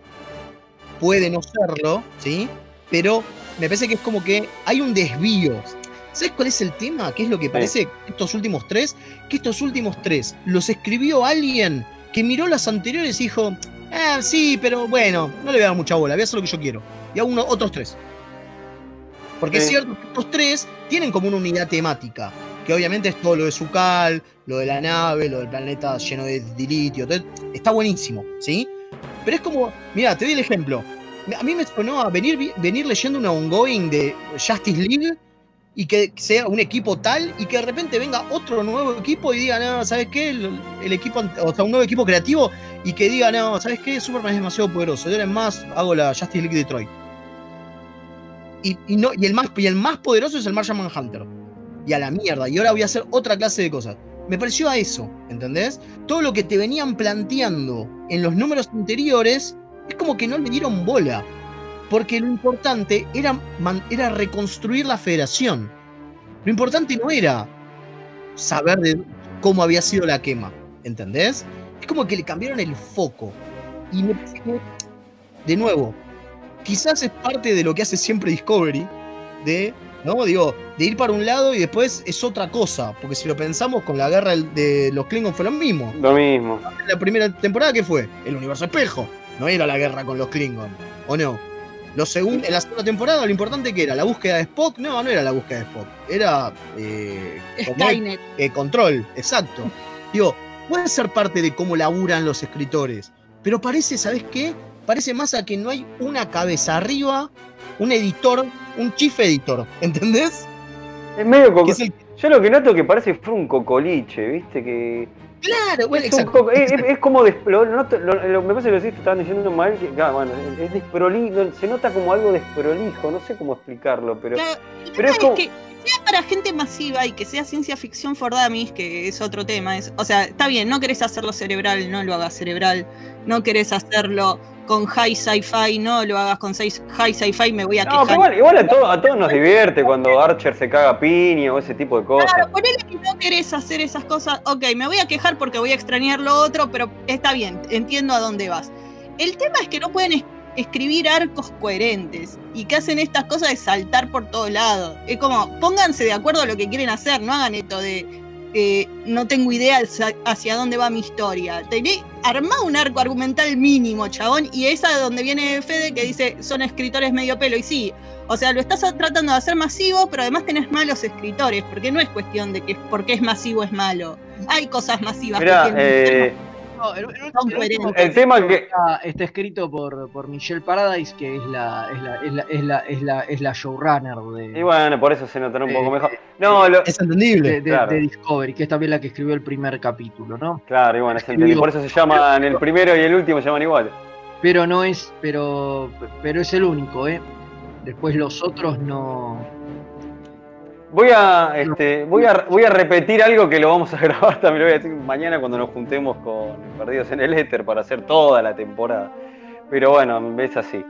puede no serlo, ¿sí? Pero me parece que es como que hay un desvío. ¿Sabes cuál es el tema? ¿Qué es lo que parece sí. estos últimos tres? Que estos últimos tres los escribió alguien que miró las anteriores y dijo, ah, sí, pero bueno, no le voy a dar mucha bola, voy a hacer lo que yo quiero. Y a uno, otros tres. Porque sí. es cierto que estos tres tienen como una unidad temática, que obviamente es todo lo de Zucal, lo de la nave, lo del planeta lleno de dilitio, todo, está buenísimo, ¿sí? Pero es como, mira, te doy el ejemplo. A mí me sonó a venir, venir leyendo una ongoing de Justice League y que sea un equipo tal y que de repente venga otro nuevo equipo y diga, no, ¿sabes qué? El, el equipo, o sea, un nuevo equipo creativo y que diga, no, ¿sabes qué? Superman es demasiado poderoso. Y ahora en más hago la Justice League Detroit. Y, y, no, y, el más, y el más poderoso es el Martian Manhunter. Y a la mierda. Y ahora voy a hacer otra clase de cosas. Me pareció a eso, ¿entendés? Todo lo que te venían planteando en los números anteriores es como que no le dieron bola. Porque lo importante era, era reconstruir la federación. Lo importante no era saber de cómo había sido la quema, ¿entendés? Es como que le cambiaron el foco. Y me parece que, de nuevo, quizás es parte de lo que hace siempre Discovery, de, ¿no? Digo, de ir para un lado y después es otra cosa. Porque si lo pensamos, con la guerra de los Klingons fue lo mismo. Lo mismo. La primera temporada, ¿qué fue? El universo espejo. No era la guerra con los Klingons, ¿o no? Lo segundo, en la segunda temporada, lo importante que era la búsqueda de Spock, no, no era la búsqueda de Spock, era eh, Skynet. Eh, control, exacto. Digo, puede ser parte de cómo laburan los escritores, pero parece, ¿sabes qué? Parece más a que no hay una cabeza arriba, un editor, un chief editor, ¿entendés? Es medio coco... es el... Yo lo que noto es que parece que fue un cocoliche, ¿viste? Que... Claro, bueno, es, exacto, coco... exacto. Es, es como de... lo, lo, lo, lo, me parece que lo decís, te estaban diciendo mal, que claro, bueno, es desprolijo, se nota como algo desprolijo, no sé cómo explicarlo, pero, claro, pero es como... Es que sea para gente masiva y que sea ciencia ficción for dummies, que es otro tema, es, o sea, está bien, no querés hacerlo cerebral, no lo hagas cerebral, no querés hacerlo con high sci-fi, no lo hagas con high sci-fi, me voy a no, quejar. Igual, igual a, to, a todos nos divierte cuando Archer se caga piña o ese tipo de cosas. Claro, ponele que no querés hacer esas cosas, ok, me voy a quejar porque voy a extrañar lo otro, pero está bien, entiendo a dónde vas. El tema es que no pueden es escribir arcos coherentes y que hacen estas cosas de saltar por todos lados. Es como, pónganse de acuerdo a lo que quieren hacer, no hagan esto de eh, no tengo idea hacia dónde va mi historia. Tené, armá un arco argumental mínimo, chabón, y esa es donde viene Fede que dice son escritores medio pelo, y sí, o sea, lo estás tratando de hacer masivo, pero además tenés malos escritores, porque no es cuestión de que porque es masivo es malo. Hay cosas masivas. Mirá, que eh, último, el, el, el, Son el último coherentes. El tema que. está, está escrito por, por Michelle Paradise, que es la, es la, es la, es la, es la, es la showrunner de, Y bueno, por eso se notará un Eh, poco mejor. No, lo, Es entendible. de, de- claro. de Discovery, que es también la que escribió el primer capítulo, ¿no? claro, y bueno, es entendible. Por eso se llaman el primero y el último se llaman igual. Pero no es, pero, pero es el único, ¿eh? Después los otros no. Voy a, este, voy a, voy a repetir algo que lo vamos a grabar también, lo voy a decir mañana cuando nos juntemos con Perdidos en el Éter para hacer toda la temporada. Pero bueno, es así.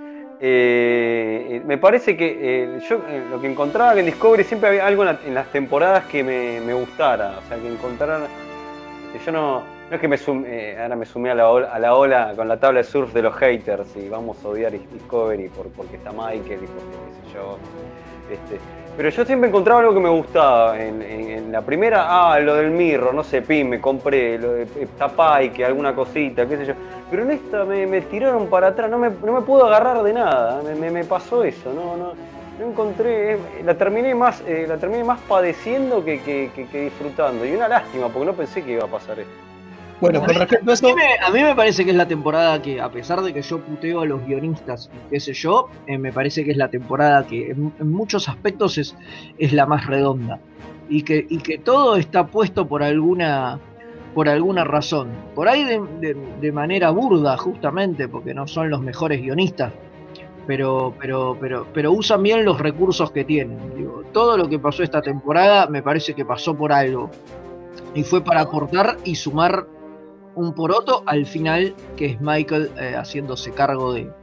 Eh, me parece que eh, yo eh, lo que encontraba en Discovery siempre había algo en, la, en las temporadas que me, me gustara. O sea, que encontraran. Que yo no, no es que me sum, eh, ahora me sumé a la, ola, a la ola con la tabla de surf de los haters y vamos a odiar Discovery por, porque está Michael y porque qué sé yo. Este, pero yo siempre encontraba algo que me gustaba. En, en, en la primera, ah, lo del mirro, no sé, pin, me compré, lo de Tapike, alguna cosita, qué sé yo. Pero en esta me, me tiraron para atrás, no me, no me puedo agarrar de nada, me, me, me pasó eso, no, no, no encontré, eh, la terminé más, eh, la terminé más padeciendo que, que, que, que disfrutando. Y una lástima, porque no pensé que iba a pasar esto. Bueno, con respecto a A eso, mí, me, a mí me parece que es la temporada que, a pesar de que yo puteo a los guionistas y qué sé yo, eh, me parece que es la temporada que en, en muchos aspectos es, es la más redonda. Y que, y que todo está puesto por alguna, por alguna razón. Por ahí de, de, de manera burda, justamente, porque no son los mejores guionistas. Pero, pero, pero, pero usan bien los recursos que tienen. Digo, todo lo que pasó esta temporada me parece que pasó por algo. Y fue para aportar y sumar un poroto al final, que es Michael eh, haciéndose cargo de,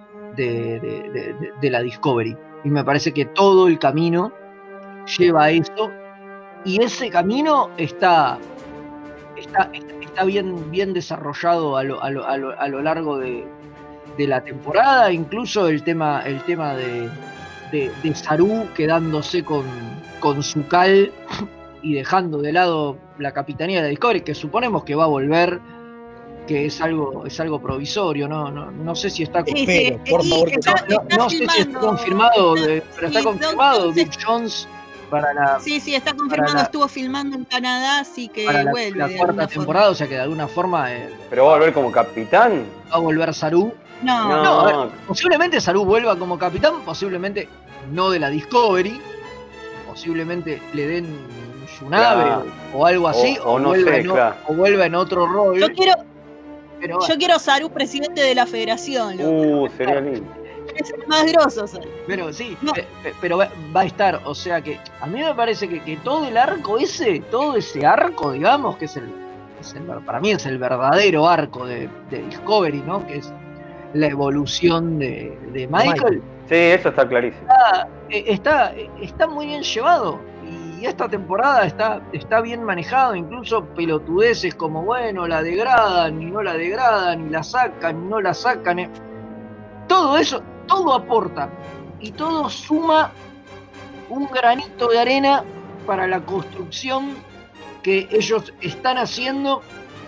de, de, de, de, de la Discovery. Y me parece que todo el camino lleva a eso. Y ese camino está, está, está bien, bien desarrollado a lo, a lo, a lo, a lo largo de, de la temporada. Incluso el tema, el tema de, de, de Saru quedándose con, con su cal y dejando de lado la capitanía de la Discovery, que suponemos que va a volver, que es algo, es algo provisorio, no, no, no sé si está, Sí, Pero, sí, por y favor, está- no, está no sé si está filmando. confirmado, Está- de- pero está sí, confirmado entonces- Dick Jones para la, Sí, sí, está confirmado, la- estuvo filmando en Canadá, así que para la, vuelve. la de cuarta alguna temporada, forma. o sea que de alguna forma eh, ¿Pero va a volver como capitán? va a volver Saru. No, No. No, a ver, posiblemente Saru vuelva como capitán, posiblemente no de la Discovery, posiblemente le den su nave Claro. o algo así, O- o, o no vuelva sé, en, o- claro. o vuelva en otro rol. yo quiero, pero bueno, yo quiero Saru presidente de la federación, loco. Uh, sería lindo. Es el más grosso, Saru. pero sí, no. pe- pe- pero va, va a estar, o sea que a mí me parece que, que todo el arco ese, todo ese arco, digamos, que es el, es el para mí es el verdadero arco de, de Discovery, ¿no? Que es la evolución de, de Michael. Michael. Sí, eso está clarísimo. eh, está, eh, está muy bien llevado y esta temporada está, está bien manejado, incluso pelotudeces como bueno, la degradan y no la degradan y la sacan y no la sacan, eh. todo eso, todo aporta y todo suma un granito de arena para la construcción que ellos están haciendo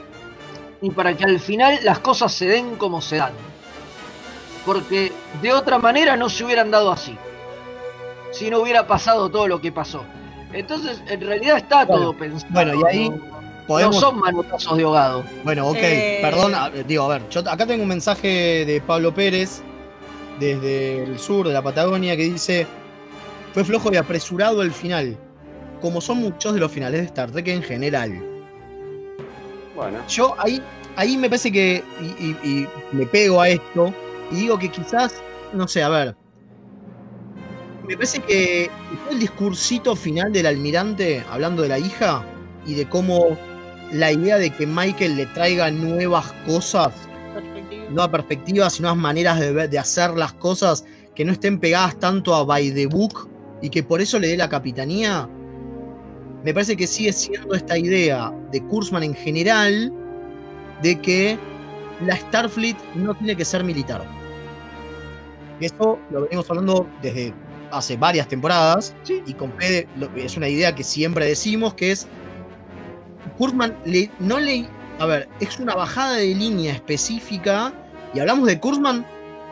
y para que al final las cosas se den como se dan, porque de otra manera no se hubieran dado así si no hubiera pasado todo lo que pasó. Entonces, en realidad está Bueno, todo pensado. bueno, y ahí no, podemos. no son manotazos de ahogado. Bueno, ok, Eh. perdón, a- digo, a ver, yo acá tengo un mensaje de Pablo Pérez, desde el sur de la Patagonia, que dice: fue flojo y apresurado el final, como son muchos de los finales de Star Trek en general. Bueno, Yo ahí, ahí me parece que, y, y- y me pego a esto, y digo que quizás, no sé, a ver, me parece que el discursito final del almirante, hablando de la hija, y de cómo la idea de que Michael le traiga nuevas cosas, no a perspectivas, sino a maneras de, ver- de hacer las cosas que no estén pegadas tanto a by the book, y que por eso le dé la capitanía, me parece que sigue siendo esta idea de Kurtzman en general, de que la Starfleet no tiene que ser militar. Y eso lo venimos hablando desde hace varias temporadas, Sí. y con Fede lo- es una idea que siempre decimos, que es Kurtzman le, no le... A ver, es una bajada de línea específica, y hablamos de Kurtzman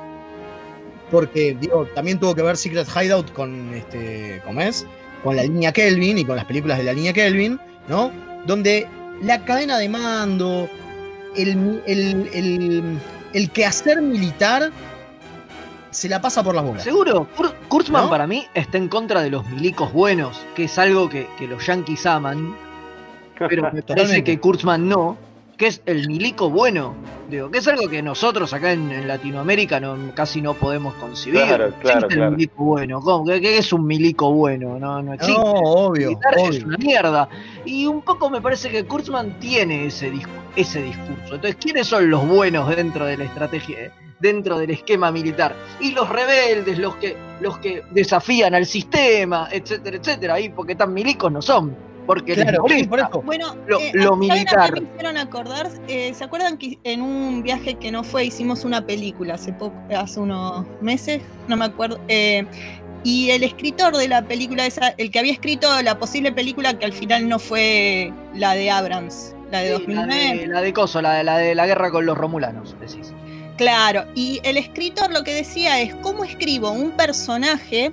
porque, digo, también tuvo que ver Secret Hideout con, este, ¿cómo es? Con la línea Kelvin y con las películas de la línea Kelvin, ¿no? Donde la cadena de mando el, el, el, el quehacer militar se la pasa por las bolas. Seguro, Kurtzman ¿no? Para mí está en contra de los milicos buenos, que es algo que, que los yanquis aman, pero me parece Totalmente. que Kurtzman no, que es el milico bueno, digo, que es algo que nosotros acá en, en Latinoamérica no, casi no podemos concebir. Claro, claro, ¿Existe claro. el milico bueno? ¿Cómo? ¿Qué, qué es un milico bueno? No, no existe. No, obvio, El militar obvio. es una mierda. Y un poco me parece que Kurtzman tiene ese, discu ese discurso. Entonces, ¿quiénes son los buenos dentro de la estrategia, dentro del esquema militar? Y los rebeldes, los que, los que desafían al sistema, etcétera, etcétera. Ahí, porque tan milicos no son. Porque les Claro, sí, molesta. por eso. Bueno, Lo- eh, lo ¿saben a militar. qué me hicieron acordar? Eh, ¿Se acuerdan que en un viaje que no fue hicimos una película hace poco, hace unos meses? No me acuerdo. Eh, y el escritor de la película esa, el que había escrito la posible película que al final no fue la de Abrams, la de Sí, dos mil la, nueve. de, la de Coso, la de, la de la guerra con los romulanos, decís. Claro, y el escritor lo que decía es cómo escribo un personaje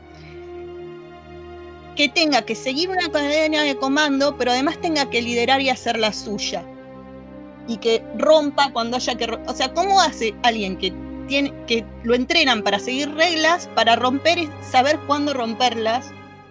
que tenga que seguir una cadena de comando, pero además tenga que liderar y hacer la suya. Y que rompa cuando haya que... O sea, ¿cómo hace alguien que tiene que lo entrenan para seguir reglas, para romper y saber cuándo romperlas?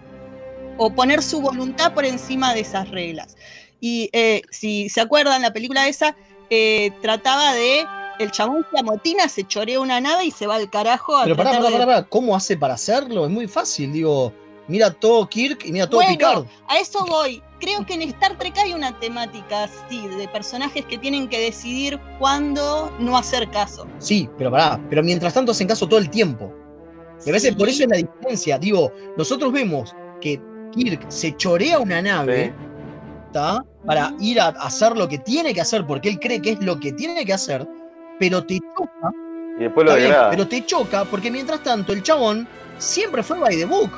O poner su voluntad por encima de esas reglas. Y eh, si se acuerdan, la película esa eh, trataba de... El chabón se amotina, se chorea una nave y se va al carajo a Pero pará, tratar pará, de... pará, pará, ¿cómo hace para hacerlo? Es muy fácil, digo, mira todo Kirk y mira todo Bueno, Picard. a eso voy. Creo que en Star Trek hay una temática así, de personajes que tienen que decidir cuándo no hacer caso. Sí, pero pará, pero mientras tanto hacen caso todo el tiempo. Me parece, Sí. por eso es la diferencia. Digo, nosotros vemos que Kirk se chorea una nave, ¿tá? Para ir a hacer lo que tiene que hacer, porque él cree que es lo que tiene que hacer, pero te choca, Y después lo está bien, degrada. pero te choca porque mientras tanto el chabón siempre fue by the book.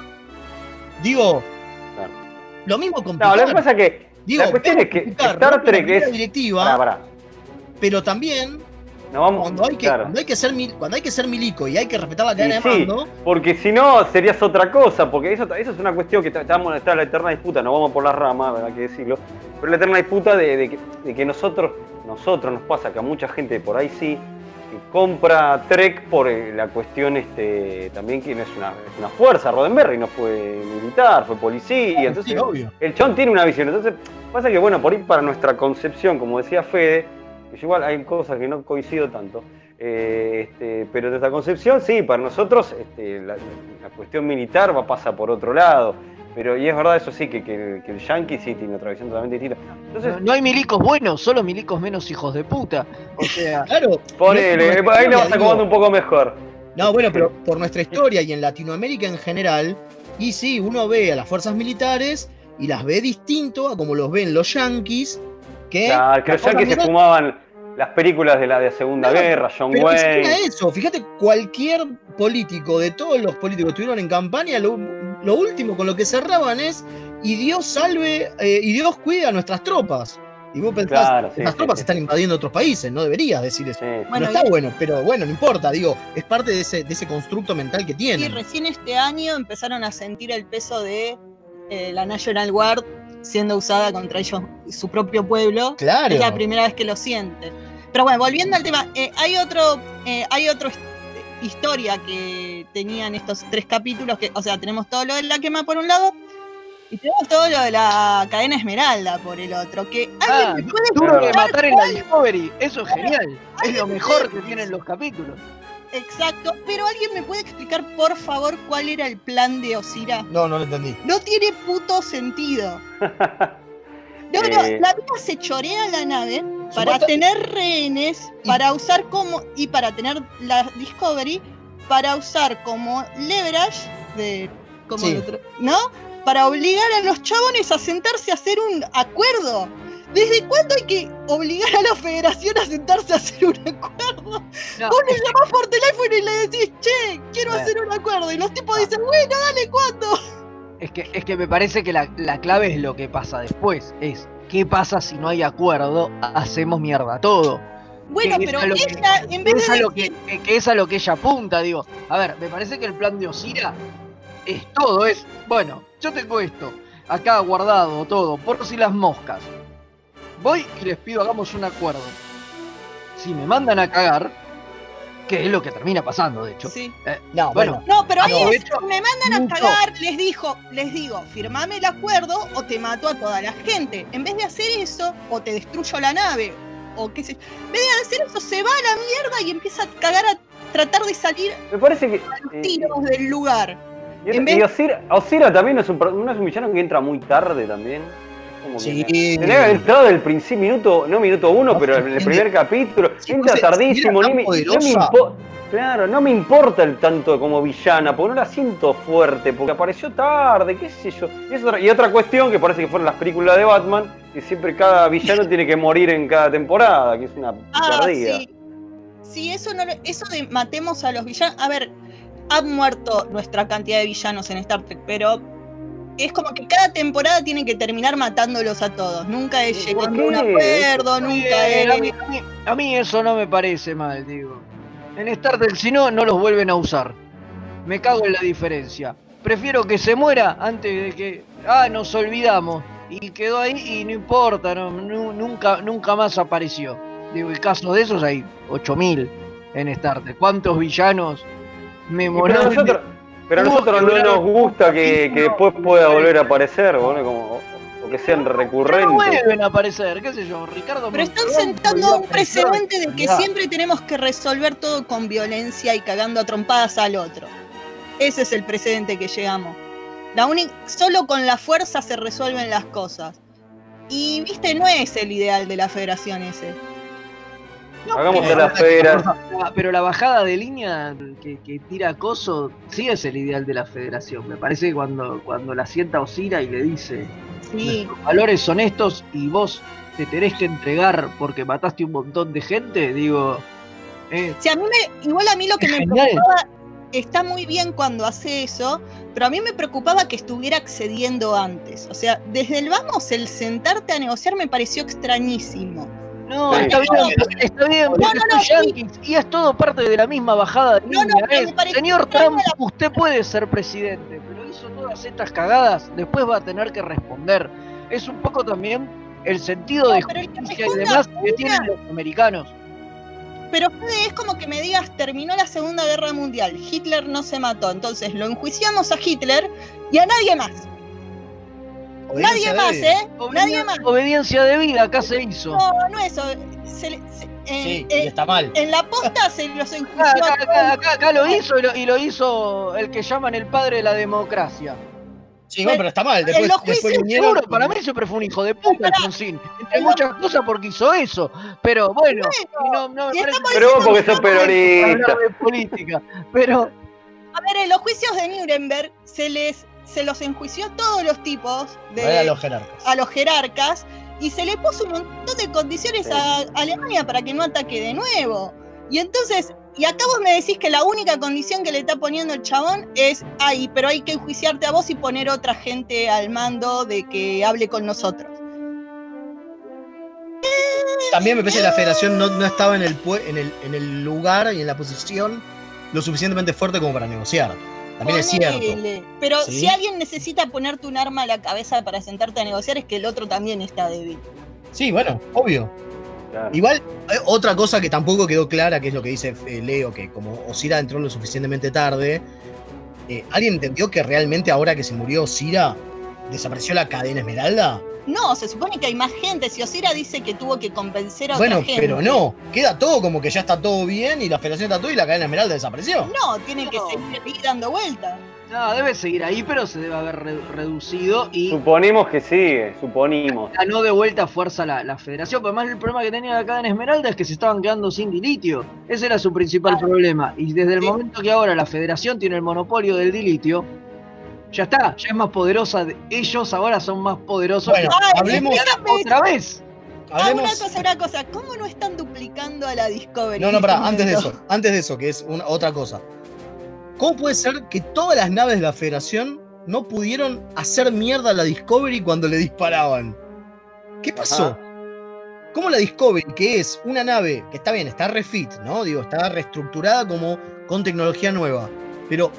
Digo, Claro. lo mismo con No, lo que Picard. pasa es que Digo, la cuestión vemos es que Picard Star rompe la Trek primera es... directiva, Pará, pará. pero también No vamos... cuando hay que, claro. cuando hay que ser mil- cuando hay que ser milico y hay que respetar la Y cadena de sí, mando, porque si no serías otra cosa, porque eso, eso es una cuestión que estamos está en la eterna disputa, no vamos por las ramas, hay que decirlo, pero la eterna disputa de, de que, de que nosotros, nosotros nos pasa que a mucha gente por ahí sí, que compra Trek por eh, la cuestión este también que no es una, es una fuerza, Roddenberry no fue militar, fue policía, entonces sí, obvio. el chabón tiene una visión, entonces pasa que bueno, por ahí para nuestra concepción, como decía Fede, que igual hay cosas que no coincido tanto, eh, este, pero de esta concepción sí, para nosotros este, la, la cuestión militar va a pasar por otro lado, pero y es verdad eso sí, que, que, que el yankee sí tiene otra visión totalmente distinta. Entonces, No, no hay milicos buenos, solo milicos menos hijos de puta. O sea, claro. ponele, no, ahí lo vas digo, acomodando un poco mejor. No, bueno, pero por nuestra historia y en Latinoamérica en general, y sí, uno ve a las fuerzas militares y las ve distinto a como los ven los yanquis, que... Claro, que las los yankees se fuerzas fumaban las películas de la de Segunda Claro, Guerra, John Pero ni siquiera Wayne. eso, fíjate, cualquier político, de todos los políticos que estuvieron en campaña, lo, lo último con lo que cerraban es y Dios salve, eh, y Dios cuide a nuestras tropas. Y vos pensás, Claro, sí, las sí, tropas sí. están invadiendo otros países, no deberías decir eso. Sí. Bueno, no está y- bueno, pero bueno, no importa, digo, es parte de ese, de ese constructo mental que Y tienen. recién este año empezaron a sentir el peso de eh, la National Guard siendo usada contra ellos, su propio pueblo. Claro. Es la primera vez que lo sienten. Pero bueno, volviendo al tema, eh, hay otro, eh, hay otro hist- historia que tenían estos tres capítulos, que, o sea, tenemos todo lo de la quema por un lado, y tenemos todo lo de la cadena Esmeralda por el otro, que ah, alguien me puede duro de explicar matar en la Discovery, eso es genial. Es alguien lo me mejor puede- que tienen los capítulos. Exacto, pero alguien me puede explicar, por favor, cuál era el plan de Osira. No, no lo entendí. No tiene puto sentido. No, no, Eh. la mina se chorea la nave para Supuesta- tener rehenes, Y- para usar como. Y para tener la Discovery, para usar como leverage de. Como Sí. de otro- ¿no? Para obligar a los chabones a sentarse a hacer un acuerdo. ¿Desde cuándo hay que obligar a la federación a sentarse a hacer un acuerdo? No, Vos le llamás por teléfono y le decís, che, quiero Bueno. hacer un acuerdo. Y los tipos Ah. dicen, bueno, dale, ¿cuándo? es que, es que me parece que la, la clave es lo que pasa después. Es, ¿qué pasa si no hay acuerdo? Hacemos mierda todo. Bueno, Que es pero a lo que- ella, en vez es a de lo que, que- que es a lo que ella apunta, digo. A ver, me parece que el plan de Osira es todo, es, bueno, yo tengo esto, acá guardado todo, por si las moscas. Voy y les pido, hagamos un acuerdo. si me mandan a cagar, que es lo que termina pasando, de hecho. Sí. Eh, No, bueno, bueno. No, pero ahí es, aprovecho si me mandan mucho. a cagar, les dijo, les digo, firmame el acuerdo o te mato a toda la gente. En vez de hacer eso, o te destruyo la nave, o qué sé yo. En vez de hacer eso, se va a la mierda y empieza a cagar a tratar de salir Me parece que. a los eh, tiros del lugar. y en vez- y Osira, Osira también no es, un, per- no es un villano que entra muy tarde también. Es como Sí. que. Tenía que haber entrado del principio, minuto, no minuto uno, No pero se en el entiende. primer capítulo. Sí, entra pues, tardísimo, era ni tan me, no me poderosa. impo- Claro, no me importa el tanto como villana, porque no la siento fuerte, porque apareció tarde, qué sé yo. Y, es otra, y otra cuestión que parece que fueron las películas de Batman, que siempre cada villano tiene que morir en cada temporada, que es una Ah, picardía. sí. Sí, eso no lo- eso de matemos a los villanos. A ver, han muerto nuestra cantidad de villanos en Star Trek, pero es como que cada temporada tiene que terminar matándolos a todos. Nunca es ¿Y por llegando a un qué? acuerdo, Está nunca bien, a, mí, es. a, mí, a mí eso no me parece mal, digo. En Star Trek, si no, no los vuelven a usar. Me cago en la diferencia. Prefiero que se muera antes de que. Ah, nos olvidamos. Y quedó ahí y no importa, no, nu- nunca, nunca más apareció. Digo, el caso de esos hay ocho mil en Star Trek. ¿Cuántos villanos Y Pero a memorables? nosotros, pero a Hubo nosotros que no durar nos gusta que, capítulo, que después pueda me volver a parece. aparecer, boludo, como, o que sean Ya no recurrentes. vuelven a aparecer, qué sé yo, Ricardo Pero están Montalbán sentando volvió a un aparecer, precedente de que ya. siempre tenemos que resolver todo con violencia y cagando a trompadas al otro. Ese es el precedente que llegamos. La única, solo con la fuerza se resuelven las cosas. Y viste, no es el ideal de la federación ese. Hagamos pero- a la federación. Ah, Pero la bajada de línea que, que tira Coso sí es el ideal de la federación. Me parece que cuando, cuando la sienta Osira y le dice Sí. nuestros valores son estos y vos te tenés que entregar porque mataste un montón de gente, digo, eh, Si a mí me, igual a mí lo que Es me genial. preocupaba, está muy bien cuando hace eso, pero a mí me preocupaba que estuviera accediendo antes. O sea, desde el vamos, el sentarte a negociar me pareció extrañísimo. no, Sí. está bien, está bien, porque No, no, no, soy sí. yanquis y es todo parte de la misma bajada de No, no, línea. pero es, me pareció señor extraña Trump, usted puede ser presidente, pero hizo todas estas cagadas, después va a tener que responder. Es un poco también el sentido No, de pero el que justicia y responda demás que una- tienen los americanos. Pero Fede, es como que me digas, terminó la Segunda Guerra Mundial, Hitler no se mató, entonces lo enjuiciamos a Hitler y a nadie más. Nadie Obediencia más, de- ¿eh? Nadie más. Obediencia debida, acá se hizo. No, no eso. Se le- se- en, Sí, en- y está mal. en la posta se los Acá, enjuició acá, a acá, todos. acá- acá lo hizo y lo, y lo hizo el que llaman el padre de la democracia. Sí, bueno, pero está mal. Después, en los después juicios vinieron Seguro, y- para mí siempre fue un hijo de puta Pará. Alfonsín. Entre En lo- muchas cosas porque hizo eso. Pero bueno, Bueno, y no, no me y parece estamos Pero vos porque sos diciendo que peronista. hablar de política. Pero A ver, en los juicios de Nuremberg se les se los enjuició a todos los tipos de, a los jerarcas. a los jerarcas y se le puso un montón de condiciones Sí. a Alemania para que no ataque de nuevo. Y entonces, y acá vos me decís que la única condición que le está poniendo el chabón es, ay, pero hay que enjuiciarte a vos y poner otra gente al mando de que hable con nosotros. También me parece que la federación no, no estaba en el, pue- en, el, en el lugar y en la posición lo suficientemente fuerte como para negociar. También es cierto. Ponele. Pero Sí. si alguien necesita ponerte un arma a la cabeza para sentarte a negociar, es que el otro también está débil. Sí, bueno, obvio. Claro. Igual, eh, otra cosa que tampoco quedó clara, que es lo que dice eh, Leo, que como Osira entró lo suficientemente tarde, eh, ¿alguien entendió que realmente ahora que se murió Osira, desapareció la cadena Esmeralda? No, se supone que hay más gente. Si Osira dice que tuvo que convencer a otra Bueno, gente. pero no, queda todo como que ya está todo bien y la federación está todo y la cadena Esmeralda desapareció. No, tiene que No. seguir ahí dando vueltas. no, debe seguir ahí, pero se debe haber re- reducido y Suponimos que sigue, suponimos. ganó de vuelta fuerza la, la federación. Pero además el problema que tenía la cadena Esmeralda es que se estaban quedando sin dilitio. Ese era su principal problema. Y desde el Sí. momento que ahora la federación tiene el monopolio del dilitio, ya está, ya es más poderosa. de- ellos ahora son más poderosos. Bueno, Ay, hablemos, déjame- otra vez. Ah, una hablemos. cosa, una cosa. ¿Cómo no están duplicando a la Discovery? No, no, en pará, este antes de momento? eso, antes de eso, que es una, otra cosa. ¿Cómo puede ser que todas las naves de la Federación no pudieron hacer mierda a la Discovery cuando le disparaban? ¿Qué pasó? Ajá. ¿Cómo la Discovery, que es una nave que está bien, está refit, ¿no? Digo, está reestructurada como con tecnología nueva, pero todos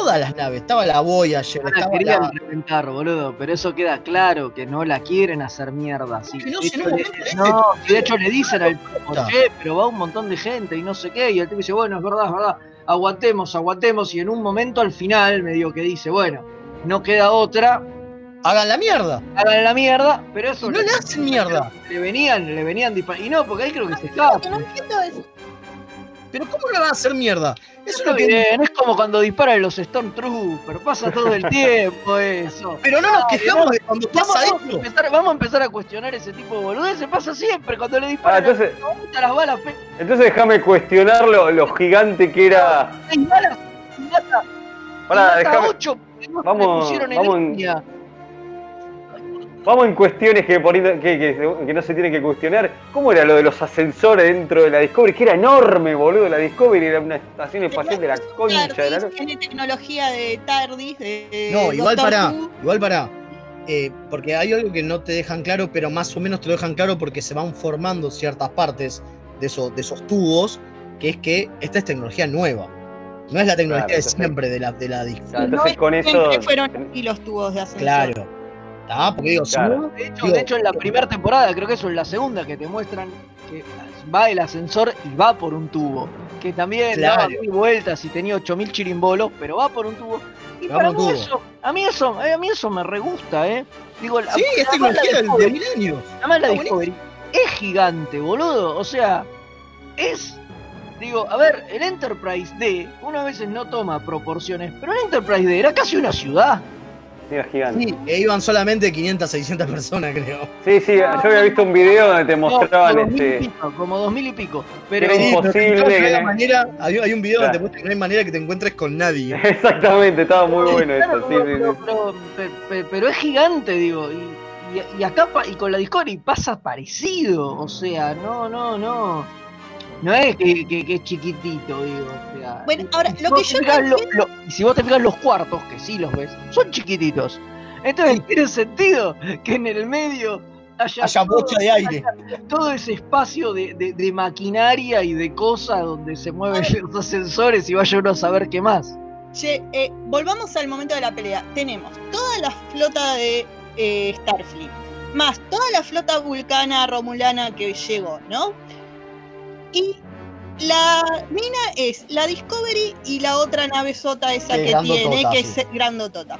todas las naves. Estaba la Voyager, La estaba querían la... reventar, boludo, pero eso queda claro, que no la quieren hacer mierda. Sí, Que no, de si en hecho, un le, momento le no, dicen, si de hecho le dicen al puta. che, pero va un montón de gente y no sé qué, y el tipo dice, bueno, es verdad, es verdad, aguantemos, aguantemos, y en un momento al final medio que dice, bueno, no queda otra, Hagan la mierda. hagan la mierda, pero eso Y no le hacen mierda. le venían, le venían disparando, y no, porque ahí creo que se Lo escapa. que no entiendo es. Pero ¿cómo le van a hacer mierda? Eso es Está lo que... bien, es como cuando disparan los Stormtroopers, pasa todo el tiempo eso. Pero no nos quejamos de cuando Vamos, pasa vamos a esto. empezar, vamos a empezar a cuestionar ese tipo de boludeces, pasa siempre cuando le Ah, disparan entonces, a las balas, pe- entonces déjame cuestionar lo, lo gigante que era. seis balas, y mata, y Pará, mata déjame. ocho, no Vamos, le pusieron en vamos en- línea. Vamos en cuestiones que, por ahí no- que, que- que no se tienen que cuestionar. ¿Cómo era lo de los ascensores dentro de la Discovery? Que era enorme, boludo. La Discovery era una estación espacial de la concha de la TARDIS lora. tiene tecnología de TARDIS, de No, igual Doctor pará, Who. igual pará. Eh, porque hay algo que no te dejan claro, pero más o menos te lo dejan claro porque se van formando ciertas partes de, esos de esos tubos, que es que esta es tecnología nueva. No es la tecnología Claro, de entonces- siempre de la, de la Discovery. Claro, No entonces es con siempre eso. fueron así los tubos de ascensor. Claro. Ah, porque digo, si Claro. no, De hecho, digo, de hecho, en la primera temporada, creo que eso es la segunda, que te muestran que va el ascensor y va por un tubo. Que también Claro. daba mil vueltas y tenía ocho mil chirimbolos, pero va por un tubo. Y Va para por mí un tubo. eso, a mí eso, a mí eso me re gusta, ¿eh? Digo, la- sí, es además la tecnología de, Discovery- de mil años. Además la Está Discovery es gigante, boludo. O sea, es... Digo, a ver, el Enterprise D, uno a veces no toma proporciones, pero el Enterprise D era casi una ciudad. Era gigante. Sí, e iban solamente quinientas, seiscientas personas, creo. Sí, sí, yo había visto un video donde te mostraban como, dos mil y este. pico, como dos mil y pico. Pero, Era Sí, pero imposible no hay que- manera, hay, hay un video Claro. donde te muestra que no hay manera que te encuentres con nadie. Exactamente, estaba muy bueno Claro, eso. Sí, pero, sí, pero, sí. pero- pe- pe- pero es gigante, digo. Y, y- y acá pa- y con la Discovery pasa parecido. O sea, no, no, no. No es que, que- que es chiquitito, digo. O sea, Bueno, y- ahora, y si lo vos que te yo no fijas lo- lo- y si vos te fijas los cuartos, que sí los ves, son chiquititos. Entonces tiene sentido que en el medio haya, Haya todo, bocha de aire. todo ese espacio de, de- de maquinaria y de cosas donde se mueven A ver. los ascensores y vaya uno a saber qué más. Che, eh, volvamos al momento de la pelea. Tenemos toda la flota de eh, Starfleet, más toda la flota vulcana romulana que llegó, ¿no? Y la mina es la Discovery y la otra nave sota esa Que que grandotota, tiene, que sí. es grandotota.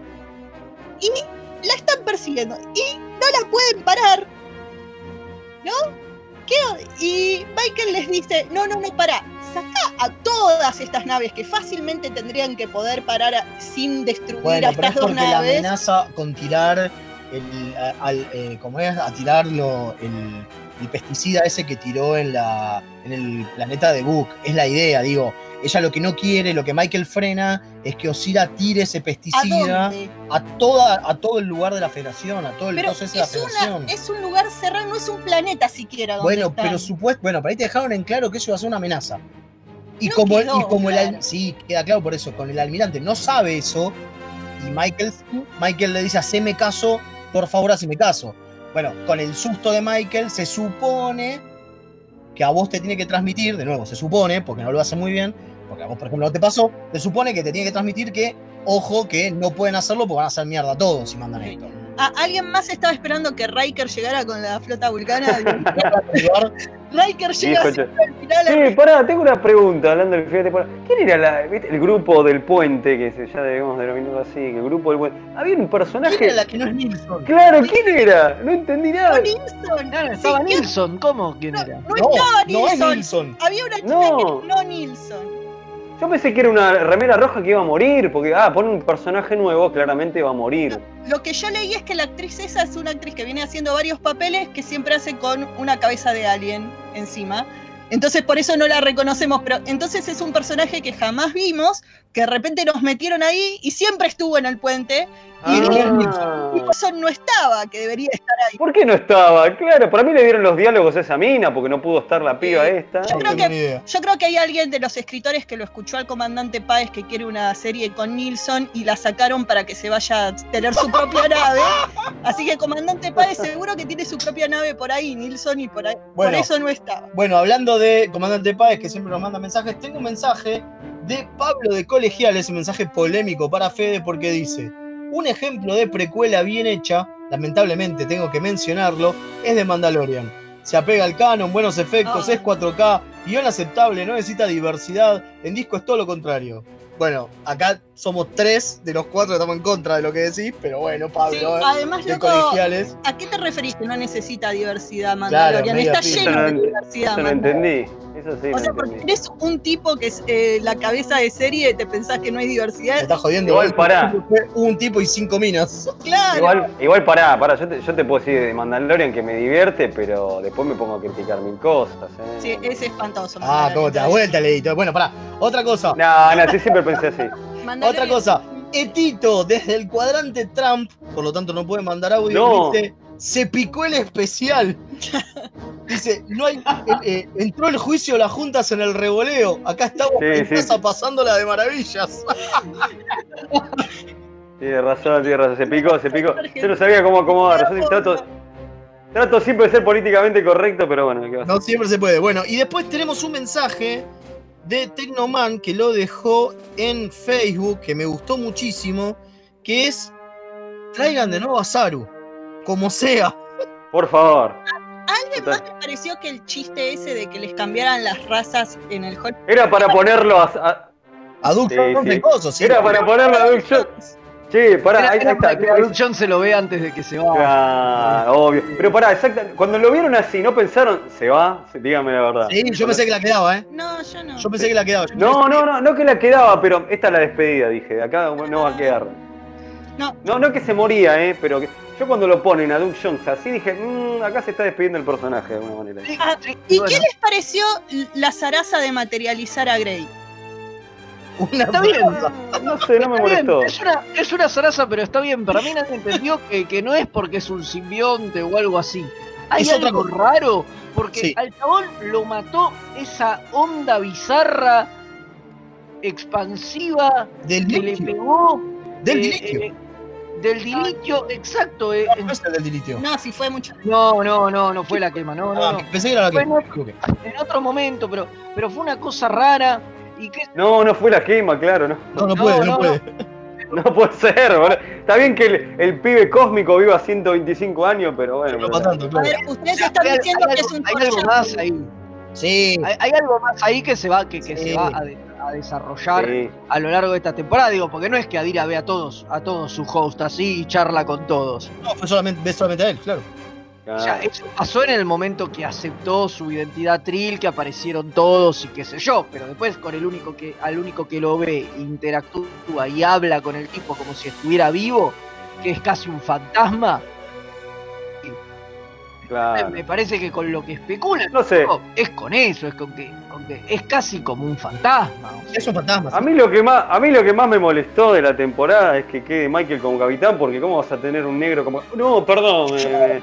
Y la están persiguiendo y no la pueden parar, ¿no? ¿Qué o- y Michael les dice, no, no, no, pará, saca a todas estas naves que fácilmente tendrían que poder parar a- sin destruir Bueno, a pero estas es dos porque la naves. amenaza con tirar el, a- al, eh, ¿cómo es? A tirarlo el, el pesticida ese que tiró en la en el planeta de Book. Es la idea, digo. Ella lo que no quiere, lo que Michael frena, es que Osira tire ese ¿A pesticida dónde? a toda a todo el lugar de la Federación, a todo el Pero coso ese de la es, una- Federación. es un lugar cerrado, no es un planeta siquiera. Donde Bueno, están. pero supuesto, bueno, para ahí te dejaron en claro que eso iba a ser una amenaza. Y No como, quedó y como el claro. al- sí, queda claro por eso, con el almirante no sabe eso, y Michael, Michael le dice, haceme caso, por favor, haceme caso. Bueno, con el susto de Michael, se supone que a vos te tiene que transmitir, de nuevo, se supone, porque no lo hace muy bien, porque a vos, por ejemplo, no te pasó, se supone que te tiene que transmitir que, ojo, que no pueden hacerlo porque van a hacer mierda a todos si mandan Sí. esto. Ah, ¿alguien más estaba esperando que Riker llegara con la flota vulcana? Riker Sí, llega coche. al final. Sí, pará, tengo una pregunta hablando del final de temporada. ¿Quién era la, viste, el grupo del puente, que se, ya debemos denominarlo así, que el grupo del puente? Había un personaje. ¿Quién era la que no es Nilsson? Claro, ¿quién era? No entendí nada. Nilsson. Claro, Sí, estaba ¿quién- Nilsson, ¿cómo? ¿Quién No, era? no No, estaba no es Nilsson. Nilsson. Había una chica No. que no Nilsson. Yo pensé que era una remera roja que iba a morir, porque, ah, pone un personaje nuevo, claramente va a morir. Lo que yo leí es que la actriz esa es una actriz que viene haciendo varios papeles que siempre hace con una cabeza de alien encima. Entonces por eso no la reconocemos, pero entonces es un personaje que jamás vimos, que de repente nos metieron ahí y siempre estuvo en el puente. Y Ah. Nilsson no estaba, que debería estar ahí. ¿Por qué no estaba? Claro, para mí le dieron los diálogos a esa mina, porque no pudo estar la piba Sí. esta. Yo No creo tengo que- ni idea. Yo creo que hay alguien de los escritores que lo escuchó al comandante Páez que quiere una serie con Nilsson y la sacaron para que se vaya a tener su propia nave. Así que comandante Páez seguro que tiene su propia nave por ahí, Nilsson, y por ahí. Bueno. Por eso no estaba. Bueno, hablando de Comandante Páez, que siempre nos manda mensajes, tengo un mensaje de Pablo de Colegiales, un mensaje polémico para Fede porque dice: un ejemplo de precuela bien hecha, lamentablemente tengo que mencionarlo, es de Mandalorian. Se apega al canon, buenos efectos, Oh. es cuatro K, guión aceptable, no necesita diversidad, en disco es todo lo contrario. Bueno, acá somos tres de los cuatro que estamos en contra de lo que decís, pero bueno, Pablo, Sí, ¿eh? además, de loco, Colegiales. ¿a qué te referís que no necesita diversidad Mandalorian? medio Está así. lleno Eso de no- diversidad Eso no Mandalorian. entendí. Eso sí, O no sea, porque entendí. eres un tipo que es eh, la cabeza de serie, te pensás que no hay Me diversidad. estás jodiendo. Igual, ¿eh? pará. Un tipo y cinco minas. Claro. Igual, igual pará, pará, yo te, yo te puedo decir de Mandalorian que me divierte, pero después me pongo a criticar mil cosas, ¿eh? Sí, es espantoso. Ah, cómo te das vuelta, Leito. Bueno, pará. Otra cosa. No, no, sí, siempre pensé así. Mandalorian- Otra cosa. Etito, desde el cuadrante Trump, por lo tanto no puede mandar audio, No. dice: se picó el especial. Dice, no hay. eh, eh, entró el juicio de las juntas en el revoleo. Acá estamos Sí, en sí, casa sí. pasándola de maravillas. Tiene razón, tiene razón, se picó, se picó. Yo no sabía cómo acomodar. Yo trato, trato siempre de ser políticamente correcto, pero bueno, ¿qué va a No hacer? siempre se puede. Bueno, y después tenemos un mensaje de Tecnoman que lo dejó en Facebook, que me gustó muchísimo, que es: traigan de nuevo a Saru, como sea. Por favor. ¿Alguien más te pareció que el chiste ese de que les cambiaran las razas en el Hot Era para ponerlo a. a- A Duke Sí, Johnson sí. de cosas, sí. Era para ponerlo a Duke Jones. Sí, pará, Era, ahí, era ahí para está. que Producción se lo vea antes de que se vaya. Claro, obvio. Pero pará, exacta. Cuando lo vieron así, ¿no pensaron? ¿Se va? Sí, dígame la verdad. Sí, yo pensé que la quedaba, ¿eh? No, yo no. Yo pensé que la quedaba. Yo No, pensé no, no, no que la quedaba, pero esta es la despedida, dije. De acá no va a quedar. No. No, no que se moría, ¿eh? Pero que, yo cuando lo ponen a Duke Jones así dije, mmm, acá se está despidiendo el personaje de alguna manera. Sí, Ah, sí, ¿Y bueno. qué les pareció la zaraza de materializar a Grey? Una Está bien. No sé, no me Está bien, molestó. es una, es una zaraza, pero está bien. Para mí nadie entendió que, que no es porque es un simbionte o algo así. Hay Es otra algo cosa. raro, porque Sí. al chabón lo mató esa onda bizarra, expansiva, Del que le litio. pegó. Del eh, dilitio. eh, del dilitio, exacto. eh, No, no es el del dilitio. No, si fue mucho. No, no, no, no fue la quema, no, no, Ah, no. pensé que era la que. Bueno, me equivoqué. En otro momento, pero, pero fue una cosa rara y que No, no fue la quema, claro, no. No, no No, puede, no, no, puede. No puede ser, boludo. Está bien que el, el pibe cósmico viva ciento veinticinco años, pero bueno. No pero- para tanto, A claro. ver, ustedes o sea, están hay, diciendo hay que algo, es un hay algo forjado. más ahí. Sí. Hay, hay algo más ahí que se va, que, que Sí. se va a, de- a desarrollar Sí. a lo largo de esta temporada, digo, porque no es que Adira ve a todos, a todos sus hosts así y charla con todos. No, fue solamente, ves solamente a él, claro. O sea, eso pasó en el momento que aceptó su identidad Trill, que aparecieron todos y qué sé yo, pero después con el único que, al único que lo ve, interactúa y habla con el tipo como si estuviera vivo, que es casi un fantasma, Claro. me parece que con lo que especulan No sé. es con eso, es con que, con que es casi como un fantasma. o sea. Es un fantasma. A mí lo que más, a mí lo que más me molestó de la temporada es que quede Michael como capitán, porque cómo vas a tener un negro como. No, perdón. me- me-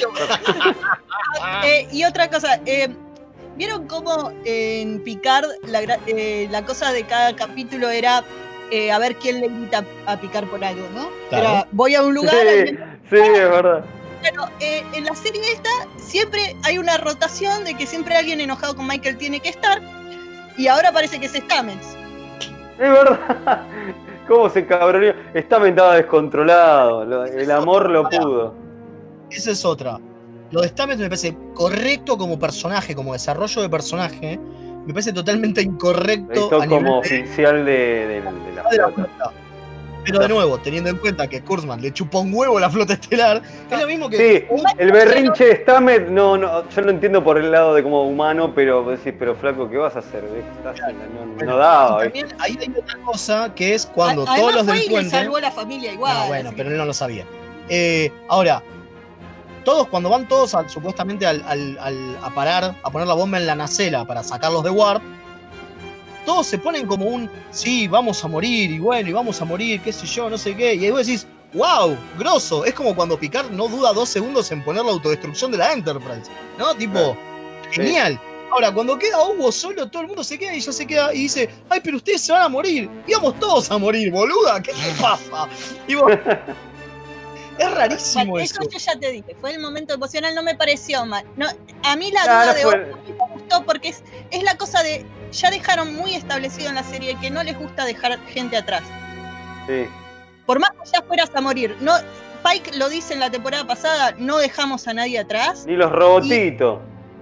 Eh, y otra cosa, eh, ¿vieron cómo en Picard la, gra- eh, la cosa de cada capítulo era eh, a ver quién le grita a Picard por algo, ¿no? Claro. Era, voy a un lugar, Sí, alguien- sí, es verdad. Bueno, eh, en la serie esta siempre hay una rotación de que siempre alguien enojado con Michael tiene que estar, y ahora parece que es Stamets. Es verdad. ¿Cómo se cabroneó? Stamen estaba descontrolado. lo- el amor lo pudo. Esa es otra. Lo de Stamets me parece correcto como personaje, como desarrollo de personaje. Me parece totalmente incorrecto Esto a nivel como de- oficial de, de- de la de la flota. flota. Pero de nuevo, teniendo en cuenta que Kurtzman le chupa un huevo a la flota estelar, es lo mismo que. Sí, el berrinche de Stamet, no, no, yo lo entiendo por el lado de como humano, pero vos decís, pero flaco, ¿qué vas a hacer? Estás- no, Bueno, no daba. y también ahí hay otra cosa que es cuando A- todos Además los fue del y le puente. salvó a la familia igual. No, bueno, así pero que- él no lo sabía. Eh, ahora, todos cuando van todos al- supuestamente al, al- al- a parar, a poner la bomba en la nacela para sacarlos de Warp, todos se ponen como un, sí, vamos a morir, y bueno, y vamos a morir, qué sé yo, no sé qué. Y ahí vos decís, wow, grosso. Es como cuando Picard no duda dos segundos en poner la autodestrucción de la Enterprise, ¿no? Tipo, Claro. genial. Ahora, cuando queda Hugo solo, todo el mundo se queda y ya se queda y dice, ay, pero ustedes se van a morir. Íbamos todos a morir, boluda, ¿qué te pasa? Y vos, es rarísimo Bueno, eso. eso yo ya te dije, fue el momento emocional, no me pareció mal. No, a mí la No, duda no de fue- Odo a mí me gustó porque es, es la cosa de ya dejaron muy establecido en la serie que no les gusta dejar gente atrás. Sí. Por más que ya fueras a morir, no, Pike lo dice en la temporada pasada, no dejamos a nadie atrás. Ni los robotitos.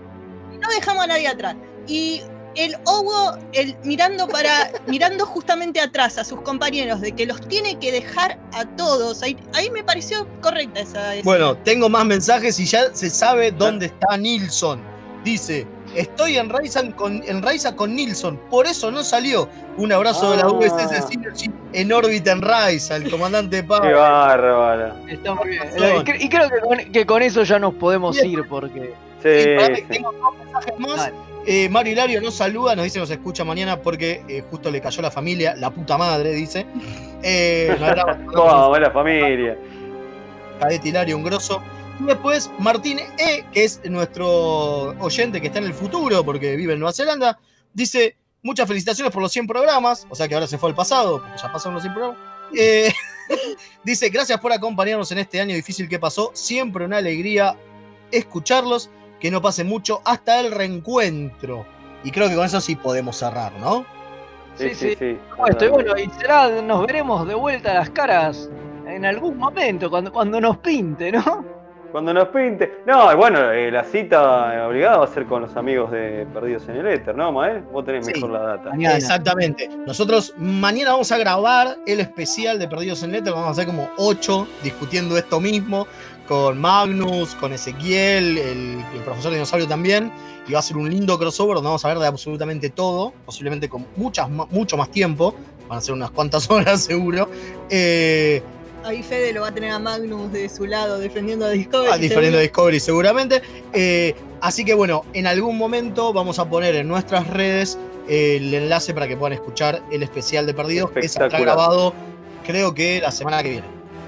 Y no dejamos a nadie atrás. Y el Owo, el, mirando para, mirando justamente atrás a sus compañeros, de que los tiene que dejar a todos. Ahí, ahí me pareció correcta esa, esa. Bueno, tengo más mensajes y ya se sabe dónde está Nilsson. Dice, estoy en Raiza con, en Raiza con Nilsson, por eso no salió. Un abrazo Ah. de la U S S Synergy en órbita en Raiza, el comandante Pablo. Qué bárbaro. Está muy bien. Y, cre- y creo que con, que con eso ya nos podemos Bien. ir, porque... Sí, para mí Sí, sí. tengo dos mensajes más. Dale. Eh, Mario Hilario nos saluda, nos dice nos escucha mañana porque eh, justo le cayó la familia, la puta madre, dice. Eh, nos hablamos- Vamos, la familia. Cadete Hilario, un grosso. Y después Martín E, que es nuestro oyente que está en el futuro porque vive en Nueva Zelanda, dice, muchas felicitaciones por los cien programas, o sea que ahora se fue al pasado, porque ya pasaron los cien programas. Eh, dice, gracias por acompañarnos en este año difícil que pasó, siempre una alegría escucharlos, que no pase mucho hasta el reencuentro. Y creo que con eso sí podemos cerrar, ¿no? Sí, sí, sí. Como esto, y bueno, y será, nos veremos de vuelta a las caras en algún momento, cuando, cuando nos pinte, ¿no? Cuando nos pinte. No, bueno, eh, la cita obligada va a ser con los amigos de Perdidos en el Éter, ¿no, Mael? Vos tenés Sí. mejor la data. Mañana. Exactamente. Nosotros mañana vamos a grabar el especial de Perdidos en Letra. Vamos a hacer como ocho discutiendo esto mismo con Magnus, con Ezequiel, el, el profesor dinosaurio también. Y va a ser un lindo crossover donde vamos a ver de absolutamente todo, posiblemente con muchas, ma- mucho más tiempo. Van a ser unas cuantas horas seguro. Eh, Ahí Fede lo va a tener a Magnus de su lado defendiendo a Discovery. a diferente de Discovery seguramente. Eh, así que bueno, en algún momento vamos a poner en nuestras redes el enlace para que puedan escuchar el especial de Perdidos, que saldrá Espectacular. grabado creo que la semana que viene.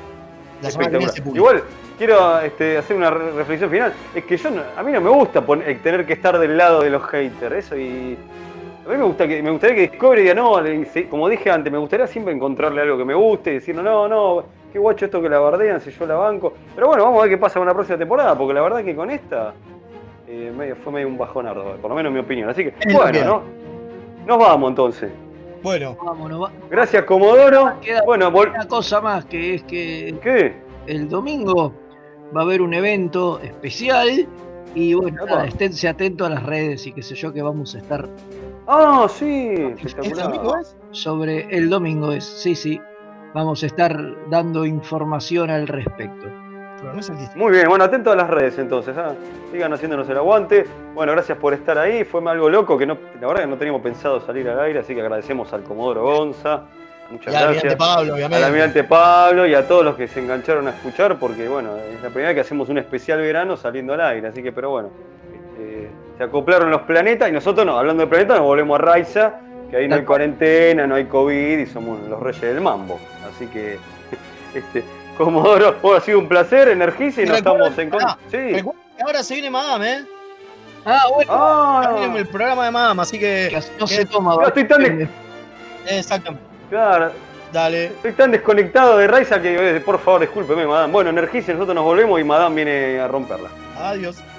La semana que viene se publica. Igual, quiero este, hacer una re- reflexión final. Es que yo no- a mí no me gusta pon- eh, tener que estar del lado de los haters. Eso y. A mí me, gusta que, me gustaría que Discovery diga, no, le- se- como dije antes, me gustaría siempre encontrarle algo que me guste y decir, no, no, qué guacho esto que la bardean, si yo la banco. Pero bueno, vamos a ver qué pasa con la próxima temporada, porque la verdad que con esta eh, medio, fue medio un bajonardo, por lo menos en mi opinión. Así que, Es lo que bueno, hay. ¿no? Nos vamos entonces. Bueno, Vámonos, va- Gracias, Comodoro. Queda Bueno, vol- una cosa más, que es que ¿qué? el domingo va a haber un evento especial y bueno, Epa. nada, esténse atentos a las redes y qué sé yo, que vamos a estar Ah, sí, ¿este espectacular. domingo es? sobre el domingo, es, sí, sí, vamos a estar dando información al respecto. Pero no es el diez. Muy bien, bueno, atento a las redes entonces, ¿ah? Sigan haciéndonos el aguante. Bueno, gracias por estar ahí. Fue algo loco que no, la verdad que no teníamos pensado salir al aire, así que agradecemos al Comodoro Gonza. Muchas Y al almirante gracias. Pablo, Al obviamente. almirante Pablo y a todos los que se engancharon a escuchar, porque bueno, es la primera vez que hacemos un especial verano saliendo al aire, así que pero bueno, este, se acoplaron los planetas y nosotros no, hablando de planetas nos volvemos a Raiza, que ahí no hay cuarentena, no hay COVID y somos los reyes del mambo. Así que, este, Comodoro, bueno, ha sido un placer, Energiza y Y nos recuerden- estamos en contra. ah, Sí. Recuerden que ahora se viene Madame, ¿eh? Ah, bueno, Ahora viene Ah, el programa de Madame, así que que. así no que- se toma. no, estoy tan, de- Exactamente. claro, Dale. estoy tan desconectado de Raiza que, eh, por favor, discúlpeme, Madame. Bueno, Energiza, nosotros nos volvemos y Madame viene a romperla. Adiós.